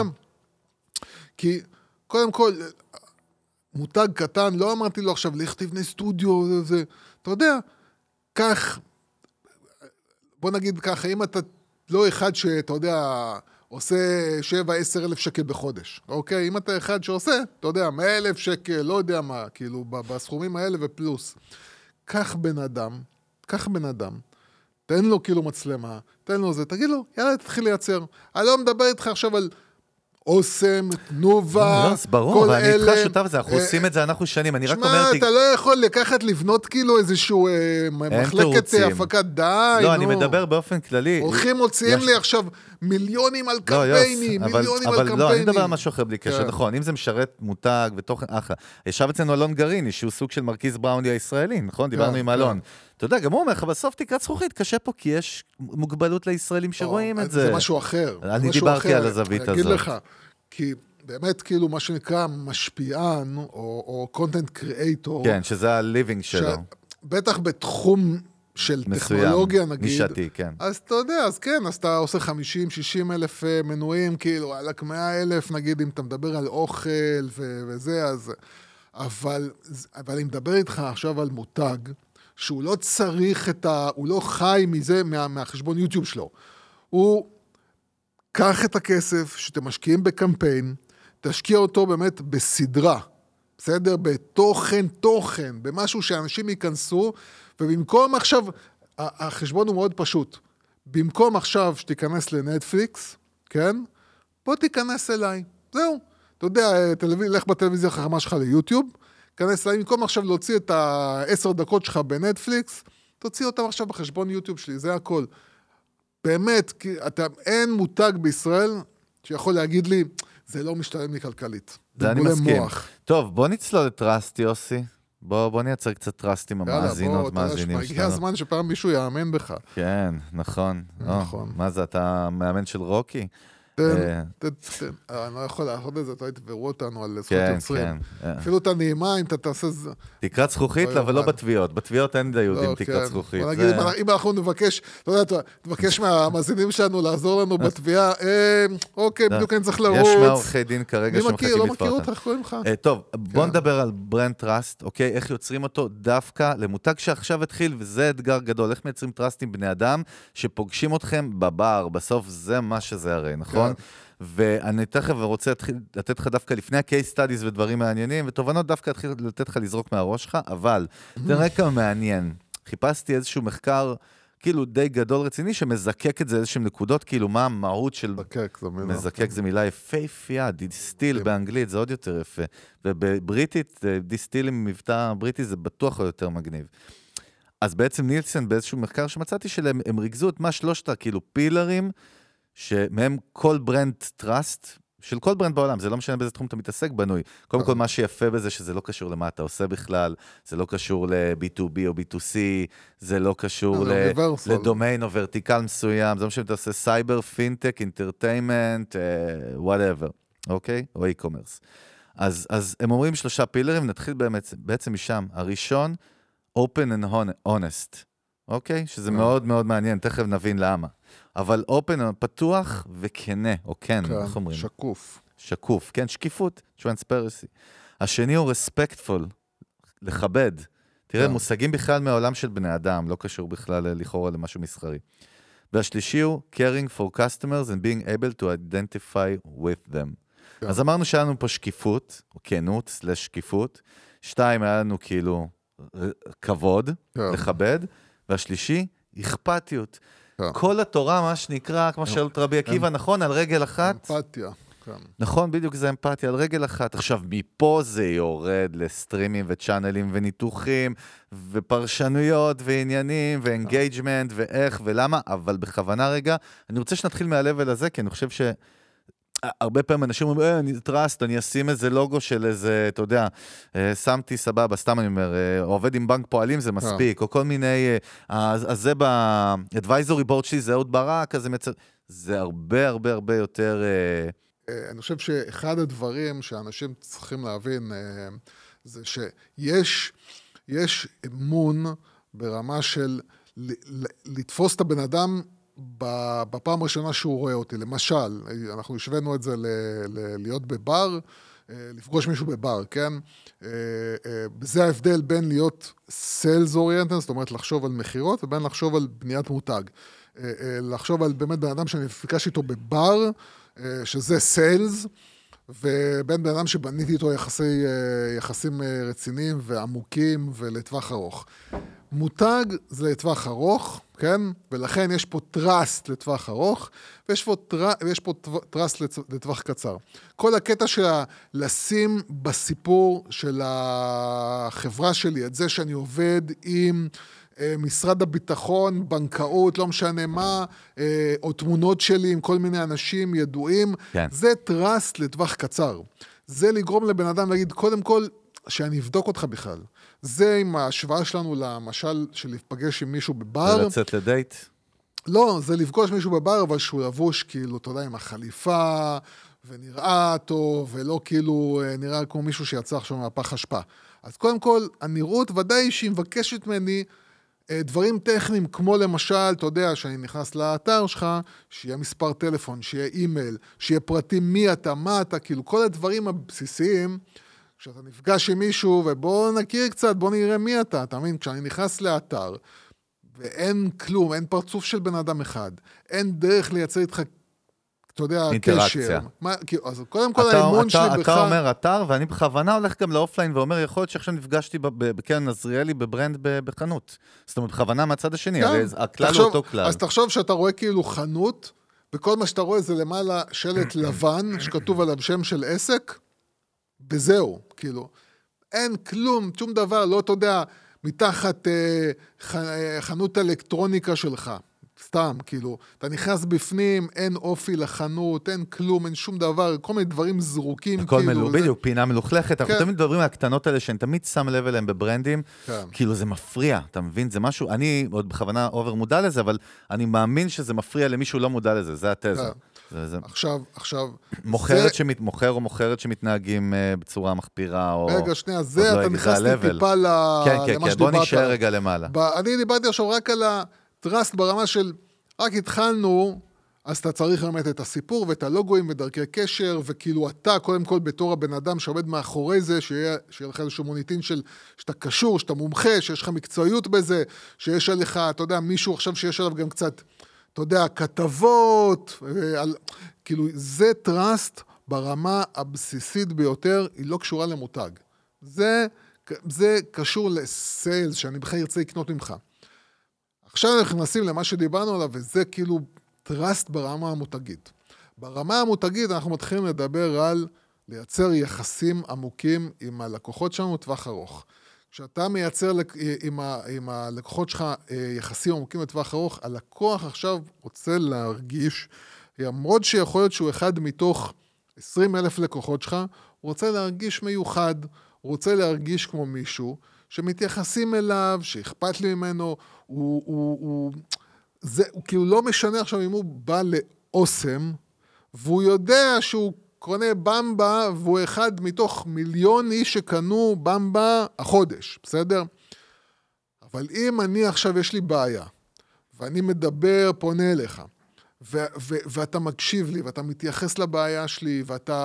כי, קודם כל, מותג קטן, לא אמרתי לו עכשיו, לך תבנה סטודיו, זה, אתה יודע, כך, בוא נגיד ככה, אם אתה לא אחד שאתה יודע, עושה 7-10 אלף שקל בחודש, אוקיי? אם אתה אחד שעושה, אתה יודע, 100,000 שקל, לא יודע מה, כאילו, בסכומים האלה ופלוס. כך בן אדם, תן לו כאילו מצלמה, תן לו זה, תגיד לו, יאללה, תתחיל לייצר. אני לא מדבר איתך עכשיו על אוסם, תנובה, לא, ברור, ואני איתך שותף בזה, אנחנו עושים את זה, אנחנו שנים, אני רק אומר... שמע, אתה לא יכול לקחת, לבנות כאילו איזשהו מחלקת הפקת די, לא, אני מדבר באופן כללי. הולכים, מוציאים לי עכשיו מיליונים על קמפיינים, מיליונים על קמפיינים. לא, אני מדבר על משהו אחר בלי קשר, נכון, אם זה משרת מותג ותוכן, אחלה. ישב אצלנו אלון גריני, שהוא סוג של מרקיז בראונלי הישראלי, נכון? דיברנו עם אלון. אתה יודע, גם הוא אומר לך, בסוף תקרת זכוכית, קשה פה, כי יש מוגבלות לישראלים שרואים את זה. זה משהו אחר. אני דיברתי על הזווית הזאת. אני אגיד לך, כי באמת כאילו מה שנקרא משפיען, או content creator. כן, שזה ה-living שלו. בטח בתחום של טכנולוגיה נגיד. נישתי, כן. אז אתה יודע, אז כן, אז אתה עושה 50-60 אלף מנויים, כאילו, על 100,000 נגיד, אם אתה מדבר על אוכל וזה, אז... אבל אני מדבר איתך עכשיו על מותג, שהוא לא צריך הוא לא חי מזה, מהחשבון יוטיוב שלו. הוא, קח את הכסף שאתם משקיעים בקמפיין, תשקיע אותו באמת בסדרה, בסדר? בתוכן, במשהו שאנשים ייכנסו, ובמקום עכשיו, החשבון הוא מאוד פשוט. במקום עכשיו שתיכנס לנטפליקס, כן? בוא תיכנס אליי. זהו. אתה יודע, לך בטלוויזיה החכמה שלך ליוטיוב, כנס אליי, במקום עכשיו להוציא את 10 דקות שלך בנטפליקס, תוציא אותם עכשיו בחשבון יוטיוב שלי, זה הכל. באמת, כי אין מותג בישראל שיכול להגיד לי, זה לא משתלם לי כלכלית. זה אני מסכים. טוב, בוא נצלול את טראסט, יוסי. בוא נייצר קצת טראסט עם המאזינות, מאזינים שלנו. הגיע הזמן שפעם מישהו יאמן בך. כן, נכון. מה זה, אתה מאמן של רוקי? אני לא יכול לעשות את זה, אתה יתברו אותנו על זכות יוצרים. אפילו את הנעימה, אם אתה תעשה זה... תקרת זכוכית, אבל לא בתביעות. בתביעות אין ליהודים תקרת זכוכית. בוא נגיד, אם אנחנו נבקש, לא יודע, תבקש מהמאזינים שלנו לעזור לנו בתביעה, אוקיי, בדיוק אני צריך לרוץ. יש מעורכי דין כרגע שמחכים לתפור אותם. לא מכיר אותך, איך קוראים לך? טוב, בוא נדבר על ברנד טראסט, אוקיי? איך יוצרים אותו דווקא למותג שעכשיו התחיל, וזה אתגר גדול. איך מייצרים טראסט עם בני אדם שפוגשים אתכם בבר, בסוף זה מה שזה הרי, נכון? ואני תכף רוצה לתת לך דווקא לפני ה-case studies ודברים מעניינים, ותובנות דווקא התחיל לתת לך לזרוק מהראש שלך, אבל תראה כמה מעניין. חיפשתי איזשהו מחקר, כאילו די גדול רציני, שמזקק את זה איזשהם נקודות, כאילו מה המהות של... מזקק זה מילה יפהפייה, דיסטיל באנגלית, זה עוד יותר יפה. ובבריטית, דיסטיל עם מבטא בריטי, זה בטוח או יותר מגניב. אז בעצם נילסן באיזשהו מחקר שמצאתי שלהם, הם ריכזו את מה שלושת, כאילו פילרים, שמהם כל ברנד טראסט, של כל ברנד בעולם, זה לא משנה באיזה תחום אתה מתעסק בנוי. קודם כל, מה שיפה בזה, שזה לא קשור למה אתה עושה בכלל, זה לא קשור ל-B2B או B2C, זה לא קשור לדומיין או ורטיקל מסוים, זה לא משנה, אתה עושה סייבר, פינטק, אינטרטיימנט, whatever, אוקיי? או e-commerce. אז הם אומרים 3 פילרים, נתחיל בעצם משם. הראשון, open and honest, אוקיי? שזה מאוד מאוד מעניין, תכף נבין למה. אבל open, פתוח וכנה, או כן, איך אומרים? שקוף. שקוף, כן, שקיפות, transparency. השני הוא respectful, לכבד. תראה, מושגים בכלל מהעולם של בני אדם, לא קשור בכלל לכאורה למשהו מסחרי. והשלישי הוא caring for customers and being able to identify with them. אז אמרנו שהיה לנו פה שקיפות, או כנות, /שקיפות. 2, היה לנו כאילו כבוד, לכבד. והשלישי, אכפתיות. כל התורה, מה שנקרא, כמו שאלו את רבי עקיבא, נכון, על רגל אחת. אמפתיה. נכון, בדיוק זה אמפתיה, על רגל אחת. עכשיו, מפה זה יורד לסטרימים וצ'אנלים וניתוחים, ופרשנויות ועניינים, ואנגייג'מנט, ואיך ולמה, אבל בכוונה רגע, אני רוצה שנתחיל מהלבל הזה, כי אני חושב ש... הרבה פעמים אנשים אומרים, אני טראסט, אני אשים איזה לוגו של איזה, אתה יודע, שמתי סבבה, סתם אני אומר, עובד עם בנק פועלים זה מספיק, או כל מיני, אז זה ב-advisory board שלי, זה אהוד ברק, זה הרבה הרבה הרבה יותר... אני חושב שאחד הדברים שאנשים צריכים להבין, זה שיש אמון ברמה של לתפוס את הבן אדם, בפעם הראשונה שהוא רואה אותי, למשל, אנחנו השווינו את זה להיות בבר, לפגוש מישהו בבר, כן? זה ההבדל בין להיות sales oriented, זאת אומרת לחשוב על מחירות, ובין לחשוב על בניית מותג. לחשוב על באמת בן אדם שאני מפגש איתו בבר, שזה sales, ובין בן אדם שבניתי איתו יחסים רציניים ועמוקים ולטווח ארוך. מותג זה לטווח ארוך, כן? ולכן יש פה טראסט לטווח ארוך, ויש פה טראסט לטווח קצר. כל הקטע של לשים בסיפור של החברה שלי, את זה שאני עובד עם משרד הביטחון, בנקאות, לא משנה מה, או תמונות שלי עם כל מיני אנשים ידועים, כן. זה טראסט לטווח קצר. זה לגרום לבן אדם להגיד, קודם כל, שאני אבדוק אותך בכלל. זה עם ההשוואה שלנו למשל של להיפגש עם מישהו בבר. זה לצאת לדייט? לא, זה לפגוש מישהו בבר, אבל שהוא לבוש כאילו, אתה יודע, עם החליפה, ונראה טוב, ולא כאילו נראה כמו מישהו שיצא עכשיו מהפח אשפה. אז קודם כל, הנראות ודאי שהיא מבקשת ממני דברים טכניים, כמו למשל, אתה יודע, שאני נכנס לאתר שלך, שיהיה מספר טלפון, שיהיה אימייל, שיהיה פרטים מי אתה, מה אתה, כאילו כל הדברים הבסיסיים, כשאתה נפגש עם מישהו, ובוא נכיר קצת, בוא נראה מי אתה מבין? כשאני נכנס לאתר, ואין כלום, אין פרצוף של בן אדם אחד, אין דרך לייצר איתך, אתה יודע, קשר. אז קודם כל האמון שלי בך... אתה אומר אתר, ואני בכוונה הולך גם לאופליין, ואומר, יכול להיות שעכשיו נפגשתי בקרן עזריאלי בברנד בחנות. זאת אומרת, בכוונה מהצד השני, הרי הכלל הוא אותו כלל. אז תחשוב שאתה רואה כאילו חנות, וכל מה שאתה רואה זה למעלה שלט לבן, שכתוב עליו שם של עסק, וזהו, כאילו, אין כלום, שום דבר, לא אתה יודע, מתחת חנות אלקטרוניקה שלך. סתם, כאילו, אתה נכנס בפנים, אין אופי לחנות, אין כלום, אין שום דבר, כל מיני דברים זרוקים, הכל כאילו. בדיוק, פינה מלוכלכת, אנחנו כן. תמיד מדברים על הקטנות האלה, שאני תמיד שם לב אליהם בברנדים, כן. כאילו זה מפריע, אתה מבין? זה משהו, אני עוד בכוונה אובר מודע לזה, אבל אני מאמין שזה מפריע למישהו לא מודע לזה, זה התזה. זה... עכשיו... מוכר או מוכרת שמתנהגים בצורה מחפירה, או... רגע, שנייה, זה אתה נכנס לי טיפה למה שדיברת. כן, בוא נשאר רגע למעלה. אני דיברתי עכשיו רק על הטרסט ברמה של, רק התחלנו, אז אתה צריך באמת את הסיפור ואת הלוגוים ודרכי קשר, וכאילו אתה, קודם כל בתור הבן אדם שעובד מאחורי זה, שיהיה לך איזשהו מוניטין של שאתה קשור, שאתה מומחה, שיש לך מקצועיות בזה, שיש עליך, אתה יודע, מישהו עכשיו שיש עליו גם קצת, אתה יודע, כתבות, כאילו זה טרסט ברמה הבסיסית ביותר, היא לא קשורה למותג. זה קשור לסיילס, שאני בכלל ארצה לקנות ממך. עכשיו אנחנו נכנסים למה שדיברנו עליו, וזה כאילו טרסט ברמה המותגית. ברמה המותגית אנחנו מתחילים לדבר על לייצר יחסים עמוקים עם הלקוחות שלנו לטווח ארוך. כשאתה מייצר עם הלקוחות שלך יחסים עמוקים לטווח ארוך, הלקוח עכשיו רוצה להרגיש, למרות שיכול להיות שהוא אחד מתוך 20,000 לקוחות שלך, הוא רוצה להרגיש מיוחד, הוא רוצה להרגיש כמו מישהו, שמתייחסים אליו, שאכפת לי ממנו, הוא כאילו לא משנה עכשיו אם הוא בא לאוסם, והוא יודע שהוא קונה במבה, והוא אחד מתוך מיליון איש שקנו במבה החודש, בסדר? אבל אם אני עכשיו יש לי בעיה, ואני מדבר, פונה אליך, ואתה מקשיב לי, ואתה מתייחס לבעיה שלי,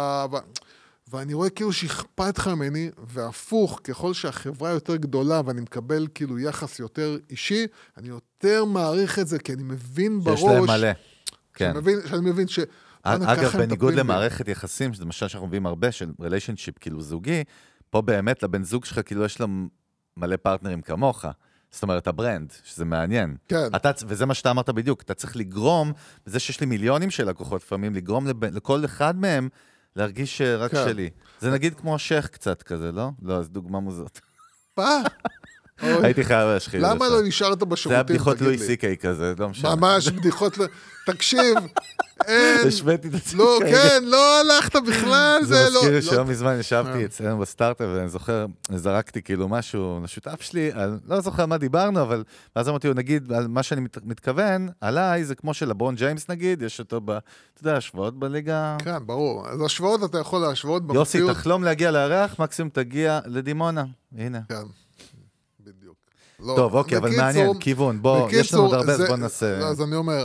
ואני רואה כאילו שאכפת לך ממני, והפוך, ככל שהחברה יותר גדולה, ואני מקבל כאילו יחס יותר אישי, אני יותר מעריך את זה, כי אני מבין בראש... שיש להם מלא, כן. שאני מבין ש... אגב, בניגוד למערכת יחסים, שזה משל שאנחנו מביאים הרבה, של ריליישנשיפ כאילו זוגי, פה באמת לבן זוג שלך כאילו יש לו מלא פרטנרים כמוך, זאת אומרת, הברנד, שזה מעניין. כן. וזה מה שאתה אמרת בדיוק, אתה צריך לגרום, בזה שיש לי מיליונים של לקוחות לפעמים, לגרום לכל אחד מהם, להרגיש רק שלי. זה נגיד כמו השייך קצת כזה, לא? לא, אז דוגמה מוזאת. מה? הייתי חייב להשחיל. למה לא נשארת בשירותים? זה היה בדיחות לואי סי-קיי כזה, לא משנה. ממש בדיחות, תקשיב, אין... השוויתי את עצמי. לא, כן, לא הלכת בכלל, זה מזכיר לי שיום מזמן ישבתי אצלנו בסטארט-אפ, ואני זוכר, זרקתי כאילו משהו לשותף שלי, לא זוכר מה דיברנו, אבל אז אמרתי, נגיד, על מה שאני מתכוון, עליי, זה כמו שלברון ג'יימס נגיד, יש אותו אתה יודע, השוואות בליגה. כן, ברור. אז השוואות אתה יכול להשוות במציאות. יוסי, תחלום להגיע לירח, מקסימום תגיע לדימונה. הנה. כן. בדיוק. טוב, אוקיי, אבל מעניין, כיוון. בוא, יש לנו עוד הרבה, אז בוא ננסה. אז אני אומר,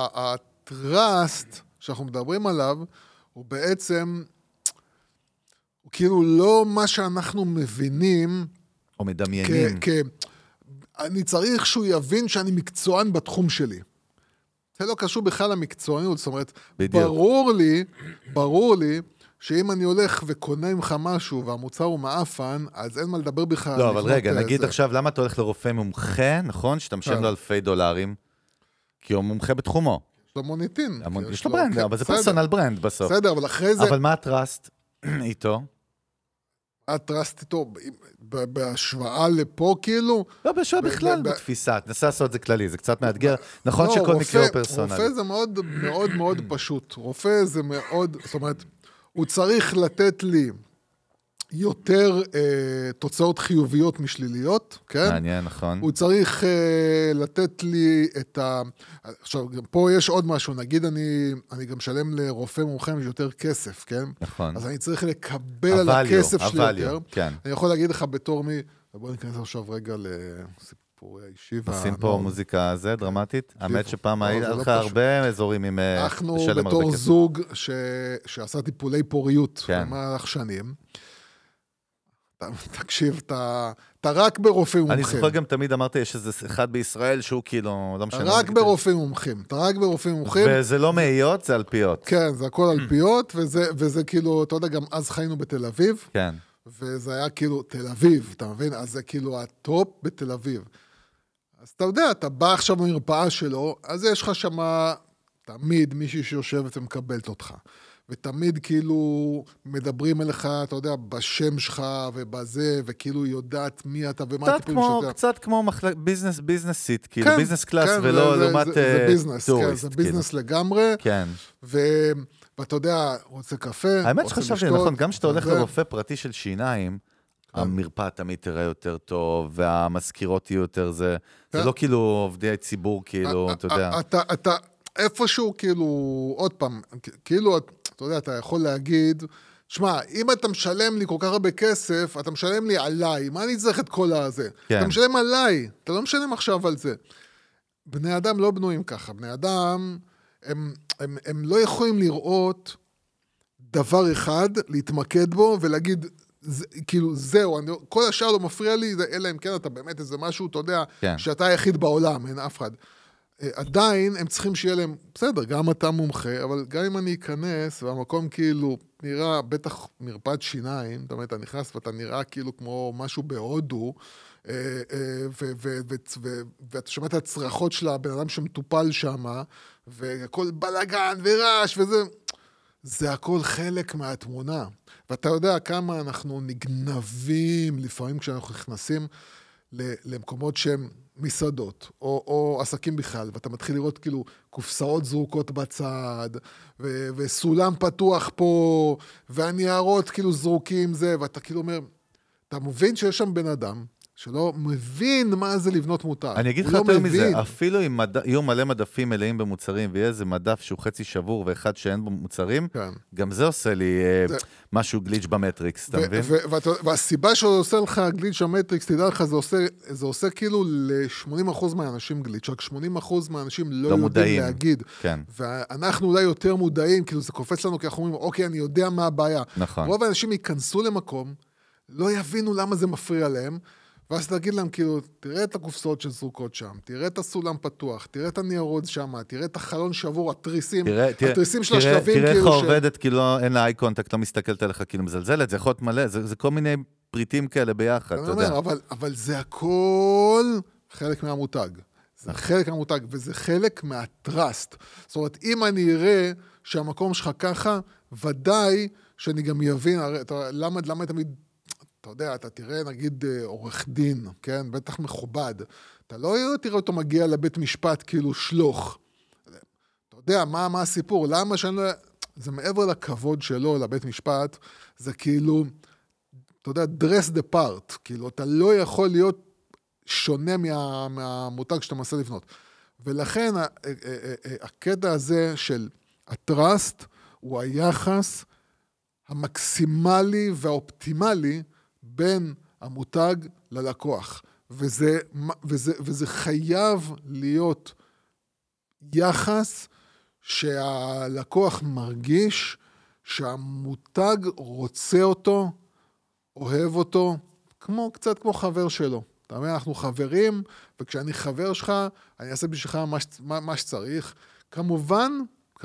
הטרסט שאנחנו מדברים עליו, הוא בעצם, הוא כאילו לא מה שאנחנו מבינים, או מדמיינים. אני צריך שהוא יבין שאני מקצוען בתחום שלי. זה לא קשור בכלל למקצוענות, זאת אומרת, ברור לי, שאם אני הולך וקונה ממך משהו, והמוצר הוא מאפן, אז אין מה לדבר בכלל. לא, אבל רגע, נגיד עכשיו, למה אתה הולך לרופא מומחה, נכון? שאתה משלם לו $1,000, כי הוא מומחה בתחומו. יש לו מוניטין. יש לו ברנד, אבל זה פרסונל ברנד בסוף. בסדר, אבל אחרי זה... אבל מה הטרסט איתו? הטרסט איתו, בהשוואה לפה כאילו... לא, בהשוואה בכלל בתפיסה. תנסה לעשות את זה כללי, זה קצת מאתגר. נכון שכל מקרה הוא פרסונלי. רופא זה מאוד מאוד מאוד פשוט. רופא זה מאוד... זאת אומרת, הוא צריך לתת לי יותר תוצאות חיוביות משליליות, כן? מעניין, נכון. הוא צריך לתת לי את ה... עכשיו, פה יש עוד משהו, נגיד אני גם שלם לרופא מומחה יותר כסף, כן? נכון. אז אני צריך לקבל על הכסף שלי יותר. כן. אני יכול להגיד לך בתור מי... בוא ניכנס עכשיו רגע לסיפורי האישי. עושים פה מוזיקה זה, דרמטית. האמת שפעם היה לך הרבה אזורים עם... אנחנו בתור זוג שעשה טיפולי פוריות במהלך שנים, תקשיב, אתה רק ברופאים מומחים. אני זוכר גם תמיד אמרתי, יש איזה אחד בישראל שהוא כאילו, לא משנה. רק ברופאים מומחים, אתה רק ברופאים מומחים. וזה לא מאיות, זה אלפיות. כן, זה הכל אלפיות, וזה כאילו, אתה יודע, גם אז חיינו בתל אביב. כן. וזה היה כאילו תל אביב, אתה מבין? אז זה כאילו הטופ בתל אביב. אז אתה יודע, אתה בא עכשיו במרפאה שלו, אז יש לך שמה תמיד מישהי שיושבת ומקבלת אותך. ותמיד כאילו מדברים אליך, אתה יודע, בשם שלך ובזה, וכאילו יודעת מי אתה ומה הטיפולים שאתה. קצת כמו ביזנס סיט, כאילו ביזנס קלאס ולא לעומת טוריסט. זה ביזנס לגמרי. כן. ואתה יודע, רוצה קפה, האמת שחשבתי, נכון, גם שאתה הולך לרופא פרטי של שיניים, המרפאה תמיד תראה יותר טוב, והמזכירות יהיו יותר זה. זה לא כאילו עובדי ציבור, כאילו, אתה יודע. אתה איפשהו, כאילו, עוד פעם, כאילו, אתה יודע, אתה יכול להגיד, שמע, אם אתה משלם לי כל כך הרבה כסף, אתה משלם לי עליי, מה אני צריך את כל הזה? אתה משלם עליי, אתה לא משלם עכשיו על זה. בני אדם לא בנויים ככה, בני אדם, הם לא יכולים לראות דבר אחד, להתמקד בו ולהגיד, כאילו זהו, כל השאר לא מפריע לי, אלא אם כן אתה באמת איזה משהו, אתה יודע, שאתה היחיד בעולם, אין אף אחד. עדיין הם צריכים שיהיה להם, בסדר, גם אתה מומחה, אבל גם אם אני אכנס, והמקום כאילו נראה, בטח מרפאת שיניים, זאת אומרת, אתה נכנס ואתה נראה כאילו כמו משהו בהודו, ואתה שומע את הצרחות של הבן אדם שמטופל שם, והכל בלגן ורעש וזה, זה הכל חלק מהתמונה. ואתה יודע כמה אנחנו נגנבים לפעמים כשאנחנו נכנסים למקומות שהם מסעדות, או עסקים בכלל, ואתה מתחיל לראות כאילו קופסאות זרוקות בצד, וסולם פתוח פה, והניירות כאילו זרוקים זה, ואתה כאילו אומר, אתה מבין שיש שם בן אדם, שלא מבין מה זה לבנות מותג. אני אגיד לך יותר מזה, אפילו אם יהיו מלא מדפים מלאים במוצרים, ויהיה איזה מדף שהוא חצי שבור, ואחד שאין בו מוצרים, גם זה עושה לי משהו גליץ' במטריקס, אתה מבין? והסיבה שהוא עושה לך גליץ' במטריקס, תדע לך, זה עושה כאילו ל-80% מהאנשים גליץ', רק 80% מהאנשים לא יודעים להגיד. ואנחנו אולי יותר מודעים, כאילו זה קופץ לנו, כי אנחנו אומרים, אוקיי, אני יודע מה הבעיה. רוב האנשים ייכנסו למקום, לא יבינו למה זה מפריע להם, ואז תגיד להם, כאילו, תראה את הקופסאות שזרוקות שם, תראה את הסולם פתוח, תראה את הניירות שם, תראה את החלון שבור, התריסים של השלבים, תראה איך עובדת, כאילו, אין לה איי קונטקט, לא מסתכלת עליך, כאילו, מזלזלת, זה יכול להיות מלא, זה כל מיני פריטים כאלה ביחד, אתה יודע. אבל זה הכל חלק מהמותג. זה חלק מהמותג, וזה חלק מהטרסט. זאת אומרת, אם אני אראה שהמקום שלך ככה, ודאי שאני גם יבין, למה תמיד אתה יודע, אתה תראה, נגיד, עורך דין, כן? בטח מכובד. אתה לא תראה אותו מגיע לבית משפט כאילו שלוח. אתה יודע, מה הסיפור? למה שאני לא... זה מעבר לכבוד שלו לבית משפט, זה כאילו, אתה יודע, dress the part. כאילו, אתה לא יכול להיות שונה מהמותג שאתה מנסה לבנות. ולכן, הקטע הזה של הטרסט, הוא היחס המקסימלי והאופטימלי, בין המותג ללקוח. וזה חייב להיות יחס שהלקוח מרגיש שהמותג רוצה אותו, אוהב אותו, קצת כמו חבר שלו. אתה אומר, אנחנו חברים, וכשאני חבר שלך, אני אעשה בשבילך מה שצריך. כמובן,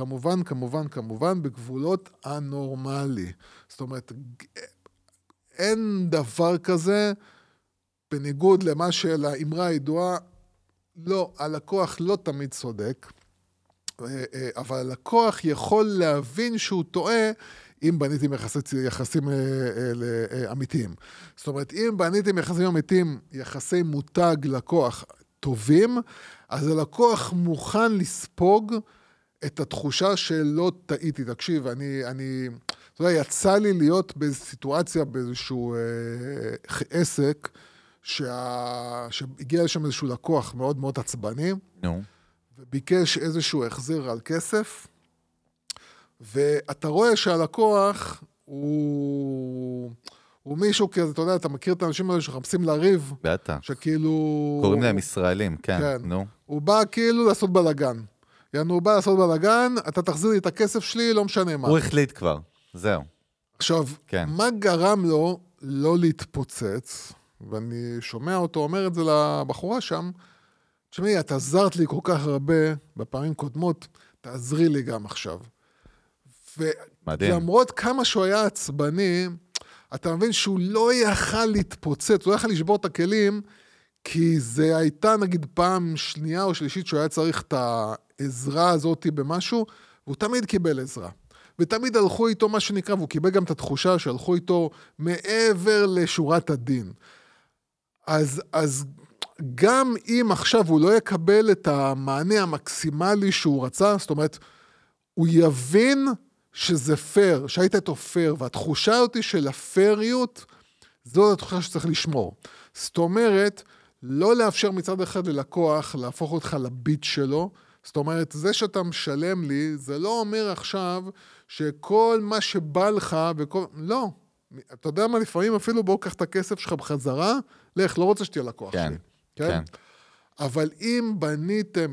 בגבולות הנורמלי. זאת אומרת, אין דבר כזה, בניגוד למה של האמרה הידועה, לא, הלקוח לא תמיד צודק, אבל הלקוח יכול להבין שהוא טועה, אם בניתם יחסים אמיתיים. זאת אומרת, אם בניתם יחסים אמיתיים, יחסי מותג לקוח טובים, אז הלקוח מוכן לספוג את התחושה שלא טעיתי. תקשיב, אתה יודע, יצא לי להיות באיזו סיטואציה, באיזשהו עסק, שהגיע לשם איזשהו לקוח מאוד מאוד עצבני, וביקש איזשהו החזר על כסף, ואתה רואה שהלקוח הוא מישהו כזה, אתה יודע, אתה מכיר את האנשים האלה שחפשים לריב, בטח. שכאילו... קוראים להם ישראלים, כן, נו. הוא בא כאילו לעשות בלגן. הוא בא לעשות בלגן, אתה תחזיר לי את הכסף שלי, לא משנה מה. הוא החליט כבר, זהו. עכשיו, מה גרם לו לא להתפוצץ, ואני שומע אותו אומר את זה לבחורה שם, תשמעי, את עזרת לי כל כך הרבה בפעמים קודמות, תעזרי לי גם עכשיו. ולמרות כמה שהוא היה עצבני, אתה מבין שהוא לא יכל להתפוצץ, הוא לא יכל לשבור את הכלים, כי זה הייתה נגיד פעם שנייה או שלישית שהוא היה צריך את העזרה הזאת במשהו, והוא תמיד קיבל עזרה. ותמיד הלכו איתו מה שנקרא, והוא קיבל גם את התחושה שהלכו איתו מעבר לשורת הדין. אז גם אם עכשיו הוא לא יקבל את המענה המקסימלי שהוא רצה, זאת אומרת, הוא יבין שזה פייר, שהיית איתו פייר, והתחושה אותי של הפייריות, זו התחושה שצריך לשמור. זאת אומרת, לא לאפשר מצד אחד ללקוח, להפוך אותך לביט שלו, זאת אומרת, זה שאתה משלם לי, זה לא אומר עכשיו שכל מה שבא לך, לא. אתה יודע מה, לפעמים אפילו בואו קח את הכסף שלך בחזרה, לך, לא רוצה שתהיה לקוח כן, שלי. כן. אבל אם בניתם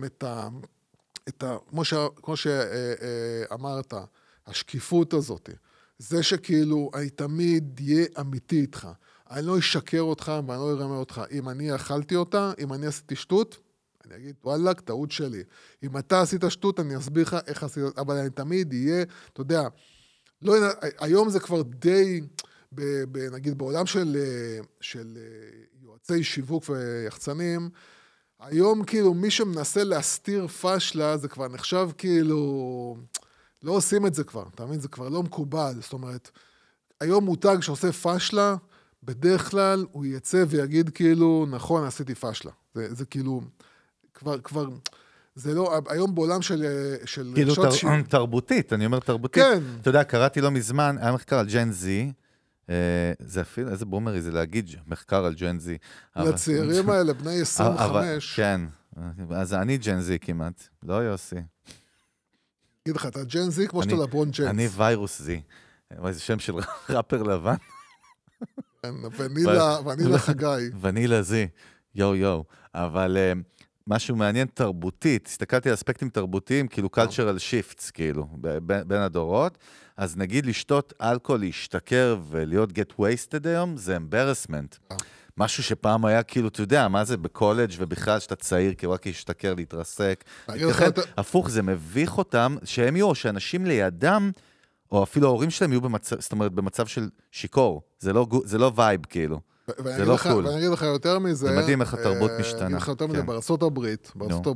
כמו שאמרת, השקיפות הזאת, זה שכאילו אני תמיד אהיה אמיתי איתך, אני לא אשקר אותך ואני לא ארמה אותך, אם אני אכלתי אותה, אם אני עשיתי שטות, אני אגיד, וואלה, טעות שלי. אם אתה עשית שטות, אני אסביר לך איך עשית, אבל אני תמיד אהיה, אתה יודע, לא, היום זה כבר די, נגיד בעולם של יועצי שיווק ויחצנים, היום כאילו מי שמנסה להסתיר פשלה, זה כבר נחשב כאילו, לא עושים את זה כבר, אתה מבין? זה כבר לא מקובל, זאת אומרת, היום מותג שעושה פשלה, בדרך כלל הוא יצא ויגיד כאילו, נכון, עשיתי פשלה. זה כאילו, כבר, זה לא, היום בעולם של כאילו תרבותית, אני אומר תרבותית. כן. אתה יודע, קראתי לא מזמן, היה מחקר על ג'ן זי, זה אפילו, איזה בומרי זה להגיד מחקר על ג'ן זי. לצעירים האלה, בני 25. כן, אז אני ג'ן זי כמעט, לא יוסי. אגיד לך, אתה ג'ן זי כמו שאתה לברון ג'נס. אני ויירוס זי. זה שם של ראפר לבן. ונילה חגי. ונילה זי, יו. אבל משהו מעניין תרבותית, הסתכלתי על אספקטים תרבותיים, כאילו cultural shifts, כאילו, בין הדורות, אז נגיד לשתות אלכוהול, להשתכר ולהיות get wasted היום, זה embarrassment. משהו שפעם היה כאילו, אתה יודע, מה זה בקולג' ובכלל שאתה צעיר, כי רק להשתכר, להתרסק. הפוך, זה מביך אותם, שהם יהיו, שאנשים לידם, או אפילו ההורים שלהם יהיו במצב, זאת אומרת, במצב של שיקור. זה לא וייב, כאילו. זה לא קול. ואני אגיד לך יותר מזה. זה מדהים איך התרבות משתנה. אני אגיד לך יותר מזה, בארצות הברית,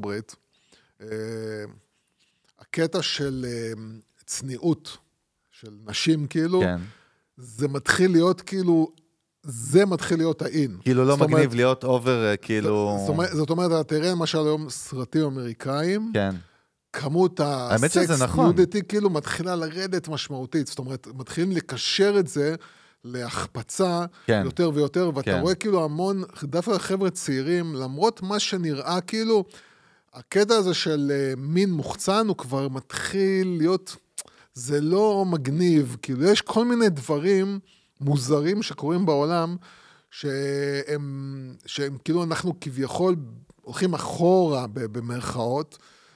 הקטע של צניעות, של נשים, כאילו, זה מתחיל להיות, כאילו, זה מתחיל להיות האין. כאילו לא מגניב להיות אובר, כאילו... זאת אומרת, תראה למשל היום סרטים אמריקאים, כן. כמות הסקס ניודיטי כאילו מתחילה לרדת משמעותית, זאת אומרת, מתחילים לקשר את זה להחפצה יותר ויותר, ואתה רואה כאילו המון, דווקא חבר'ה צעירים, למרות מה שנראה כאילו, הקטע הזה של מין מוחצן הוא כבר מתחיל להיות, זה לא מגניב, כאילו יש כל מיני דברים מוזרים שקורים בעולם, שהם כאילו אנחנו כביכול הולכים אחורה במרכאות,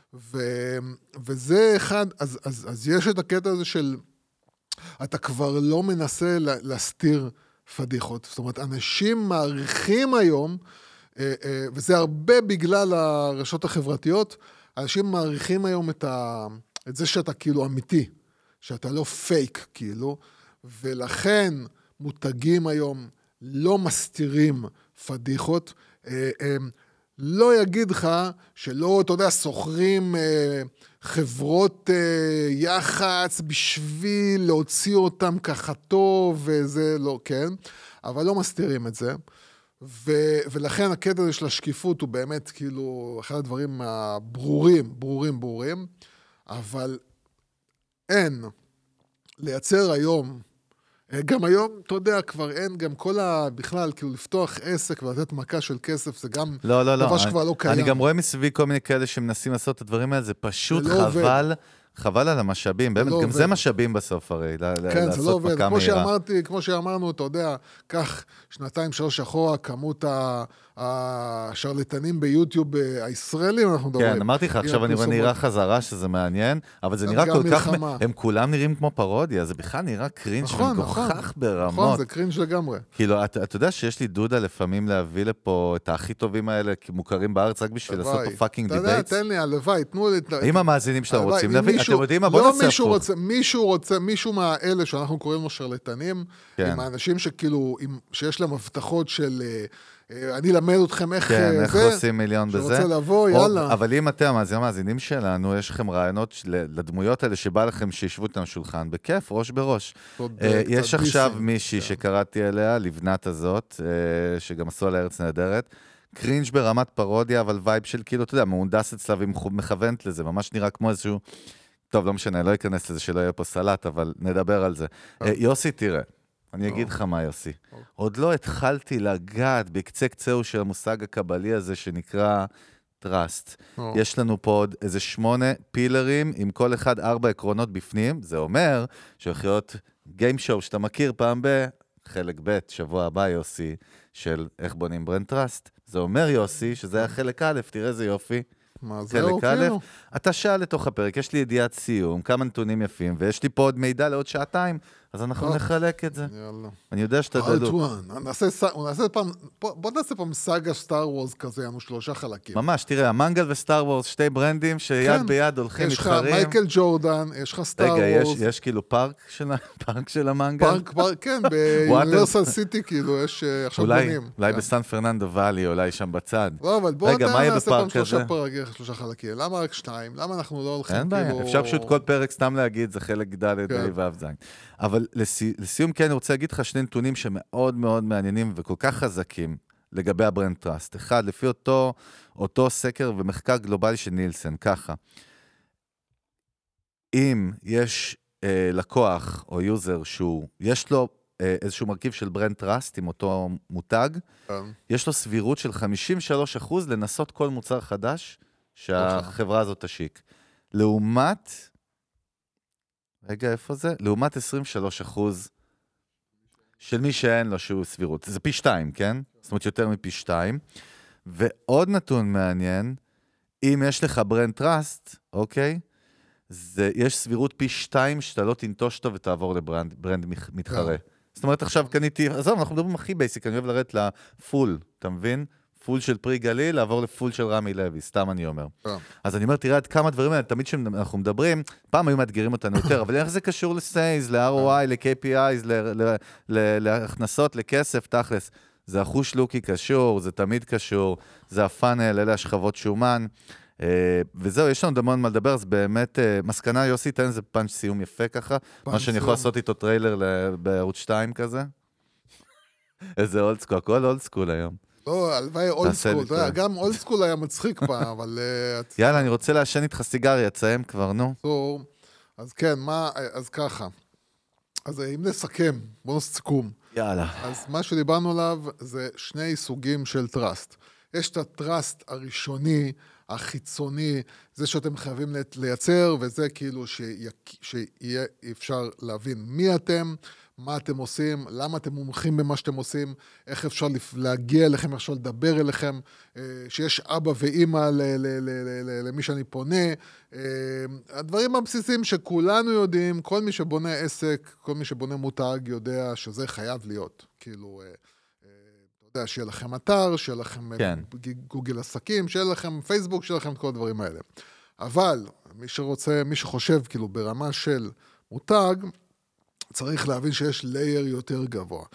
וזה אחד, אז יש את הקטע הזה של, אתה כבר לא מנסה להסתיר פדיחות, זאת אומרת, אנשים מעריכים היום, וזה הרבה בגלל הרשתות החברתיות, אנשים מעריכים היום את זה שאתה כאילו אמיתי, שאתה לא פייק כאילו, ולכן מותגים היום לא מסתירים פדיחות, לא יגיד לך שלא, אתה יודע, סוחרים חברות יחץ בשביל להוציא אותם ככה טוב, וזה לא, כן, אבל לא מסתירים את זה, ולכן הקטע הזה של השקיפות הוא באמת כאילו אחד הדברים ברורים, אבל אין לייצר היום, גם היום, אתה יודע, כבר אין, גם כל בכלל, כאילו לפתוח עסק ולתת מכה של כסף, זה גם דבר שכבר לא קיים. אני גם רואה מסביבי כל מיני כאלה שמנסים לעשות את הדברים האלה, זה פשוט חבל על המשאבים, באמת, גם זה משאבים בסוף הרי, כן, זה לא עובד, כמו שאמרנו, אתה יודע, כך 2-3 אחורה, כמות השרלטנים ביוטיוב הישראלים, אנחנו מדברים. כן, אמרתי לך, עכשיו אני רואה נראה חזרה שזה מעניין, אבל זה נראה כל כך, הם כולם נראים כמו פרודיה, זה בכלל נראה קרינג' ומגוחך ברמות. נכון, זה קרינג' לגמרי. כאילו, אתה יודע שיש לי דודה לפעמים להביא לפה את הכי טובים האלה, מוכרים בארץ רק בשביל לעשות פה פאקינג דיבייטס. אתה יודע, תן לי, הלוואי, תנו לי... אם המאזינים שלנו רוצים להביא, אתם יודעים מה, בוא נעשה הפוך. מישהו מהאלה שאנחנו קוראים לו שרלטנים, עם האנשים שכאילו, שיש להם הבטחות של אני אלמד אתכם איך כן, איך זה, עושים מיליון בזה. שרוצה לבוא, יאללה. אבל אם אתם, המאזינים שלנו, יש לכם רעיונות לדמויות האלה שבא לכם שישבו איתם שולחן, בכיף, ראש בראש. יש עכשיו מישהי שקראתי אליה, לבנת הזאת, שגם עשו עליה ארץ נהדרת, קרינג' ברמת פרודיה, אבל וייב של כאילו, אתה יודע, מהונדס אצלה והיא מכוונת לזה, ממש נראה כמו איזשהו, טוב, לא משנה, לא אכנס לזה שלא יהיה פה סלט, אבל נדבר על זה. יוסי, תראה, אני אגיד לך מה, יוסי. עוד לא התחלתי לגעת בקצה קצהו של המושג הקבלי הזה שנקרא טראסט. יש לנו פה עוד איזה 8 פילרים, עם כל אחד 4 עקרונות בפנים. זה אומר שהולך להיות גיים שואו שאתה מכיר פעם בחלק ב' שבוע הבא, יוסי, של איך בונים ברנד טראסט. זה אומר, יוסי, שזה היה חלק א', תראה איזה יופי. מה זהו, כאילו? אתה שאל לתוך הפרק, יש לי ידיעת סיום, כמה נתונים יפים, ויש לי פה עוד מידע לעוד שעתיים, אז אנחנו נחלק את זה. יאללה. אני יודע שאתה דדוק. בוא נעשה פעם סאגה סטאר וורס כזה, ינו 3 חלקים. ממש, תראה, המנגל וסטאר וורס, 2 ברנדים שיד ביד הולכים, מתחרים. יש לך מייקל ג'ורדן, יש לך סטאר וורס. רגע, יש כאילו פארק של המנגל? פארק, כן, ביוניברסל סיטי, כאילו, יש עכשיו בונים. אולי בסן פרננדו ואלי, אולי שם בצד. לא, אבל בוא נעשה פעם 3 חלקים. למה רק 2? למה אנחנו לא הולכים כאילו... אין בעיה, אפשר פשוט כל פרק סתם להגיד, זה חלק ד' ואף זין. אבל לסיום, כן, אני רוצה להגיד לך 2 נתונים שמאוד מאוד מעניינים וכל כך חזקים לגבי הברנד טראסט. אחד, לפי אותו סקר ומחקר גלובלי של נילסן, ככה. אם יש לקוח או יוזר יש לו איזשהו מרכיב של ברנד טראסט עם אותו מותג, יש לו סבירות של 53% לנסות כל מוצר חדש שהחברה הזאת תשיק. לעומת... רגע, איפה זה? לעומת 23% של מי שאין לו שהוא סבירות. זה פי 2, כן? זאת אומרת, יותר מפי 2. ועוד נתון מעניין, אם יש לך ברנד טראסט, אוקיי? יש סבירות פי 2 שאתה לא תנטוש אותו ותעבור לברנד מתחרה. זאת אומרת, עכשיו קניתי, עזוב, אנחנו מדברים הכי בייסיק, אני אוהב לרדת לפול, אתה מבין? פול של פרי גליל, לעבור לפול של רמי לוי, סתם אני אומר. אז אני אומר, תראה עד כמה דברים האלה, תמיד שאנחנו מדברים, פעם היו מאתגרים אותנו יותר, אבל איך זה קשור לסייז, ל-ROI, ל-KPIs, להכנסות, לכסף, תכלס. זה החוש לוקי קשור, זה תמיד קשור, זה הפאנל, אלה השכבות שומן, וזהו, יש לנו דמון מה לדבר, אז באמת, מסקנה, יוסי, תן איזה פאנץ' סיום יפה ככה, מה שאני יכול לעשות איתו טריילר בערוץ 2 כזה. איזה אולד סקול, הכל אולד סקול היום. לא, הלוואי אולד סקול, גם אולד סקול היה מצחיק פעם, אבל... יאללה, אני רוצה לעשן איתך סיגריה, תסיים כבר, נו. אז כן, אז ככה. אז אם נסכם, בוא נסכום. יאללה. אז מה שדיברנו עליו זה 2 סוגים של טראסט. יש את הטראסט הראשוני, החיצוני, זה שאתם חייבים לייצר, וזה כאילו שיהיה אפשר להבין מי אתם, מה אתם עושים, למה אתם מומחים במה שאתם עושים, איך אפשר להגיע אליכם, איך אפשר לדבר אליכם, שיש אבא ואמא למי שאני פונה, הדברים הבסיסיים שכולנו יודעים, כל מי שבונה עסק, כל מי שבונה מותג יודע שזה חייב להיות, כאילו, אתה יודע, שיהיה לכם אתר, שיהיה לכם גוגל עסקים, שיהיה לכם פייסבוק, שיהיה לכם כל הדברים האלה. אבל מי שחושב כאילו ברמה של מותג, צריך להבין שיש לייר יותר גבוה.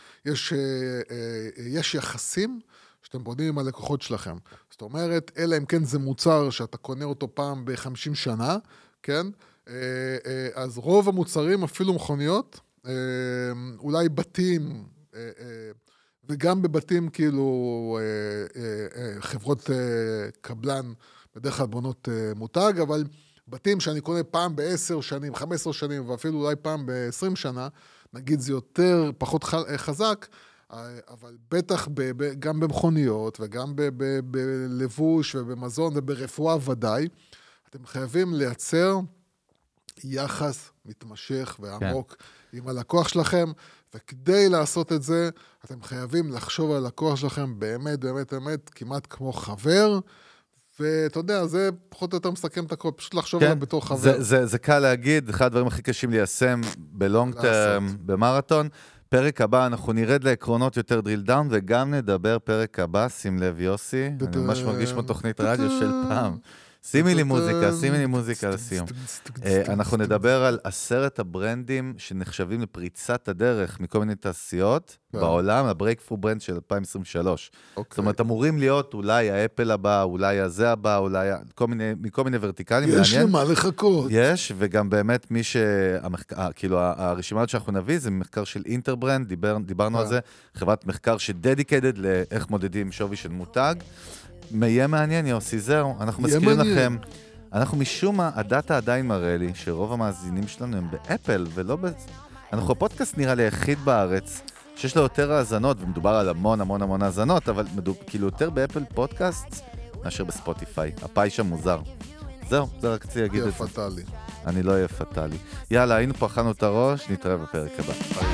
יש יחסים שאתם בונים עם הלקוחות שלכם. זאת אומרת, אלא אם כן זה מוצר שאתה קונה אותו פעם ב-50 שנה, כן? אז רוב המוצרים, אפילו מכוניות, אולי בתים, וגם בבתים כאילו חברות קבלן, בדרך כלל בונות מותג, אבל בתים שאני קונה פעם ב10 שנים, 15 שנים, ואפילו אולי פעם ב20 שנה, נגיד זה יותר, פחות חזק, אבל בטח גם במכוניות, וגם בלבוש ובמזון וברפואה ודאי, אתם חייבים לייצר יחס מתמשך ועמוק עם הלקוח שלכם, וכדי לעשות את זה, אתם חייבים לחשוב על הלקוח שלכם באמת, באמת, באמת, כמעט כמו חבר, ואתה יודע, זה פחות או יותר מסכם את הכל, פשוט לחשוב עליו בתור חבר. זה קל להגיד, אחד הדברים הכי קשים ליישם בלונג טרם, במרתון. פרק הבא, אנחנו נרד לעקרונות יותר דריל דאון, וגם נדבר פרק הבא, שים לב יוסי, אני ממש מרגיש כמו תוכנית רדיו של פעם. שימי לי מוזיקה לסיום. אנחנו נדבר על 10 הברנדים שנחשבים לפריצת הדרך מכל מיני תעשיות בעולם, הברייקפרו ברנד של 2023. זאת אומרת, אמורים להיות אולי האפל הבא, אולי הזה הבא, אולי מכל מיני ורטיקלים. יש למה לחכות. יש, וגם באמת מי כאילו, הרשימה שאנחנו נביא זה מחקר של אינטרברנד, דיברנו על זה, חברת מחקר שדדיקטד לאיך מודדים שווי של מותג. יהיה מעניין, יוסי, זהו, אנחנו מזכירים לכם, אנחנו משום מה, הדאטה עדיין מראה לי שרוב המאזינים שלנו הם באפל, ולא אנחנו הפודקאסט נראה לי היחיד בארץ, שיש לו יותר האזנות, ומדובר על המון האזנות, אבל כאילו יותר באפל פודקאסט, מאשר בספוטיפיי. הפאי שם מוזר. זהו, זה רק צריך להגיד את זה. יהיה פטלי. אני לא אהיה פטלי. יאללה, היינו פה, אכלנו את הראש, נתראה בפרק הבא.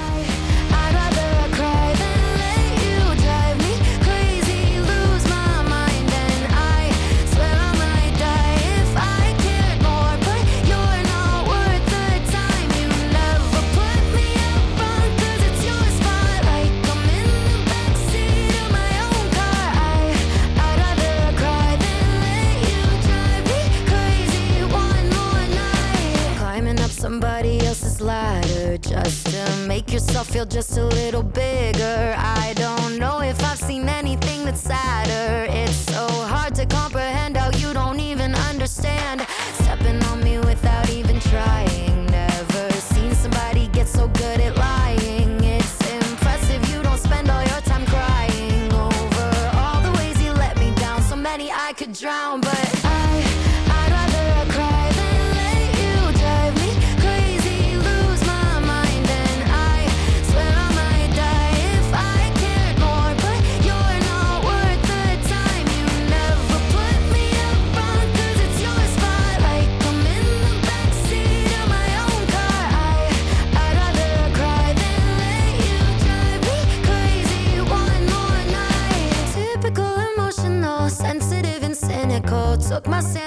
Somebody else's ladder just to make yourself feel just a little bigger. I don't know if I've seen anything that's sadder. It's so hard to comprehend how you don't even understand. Stepping on me without even trying. Never seen somebody get so good at lying. It's impressive you don't spend all your time crying over all the ways you let me down. So many I could drown, but I'd rather cry than let you drive me crazy, lose my mind, and I swear I might die if I cared more, but you're not worth the time. You never put me up front, 'cause it's your spotlight. I'm in the backseat of my own car. I'd rather cry than let you drive me crazy one more night. Typical emotional, sensitive and cynical. Took my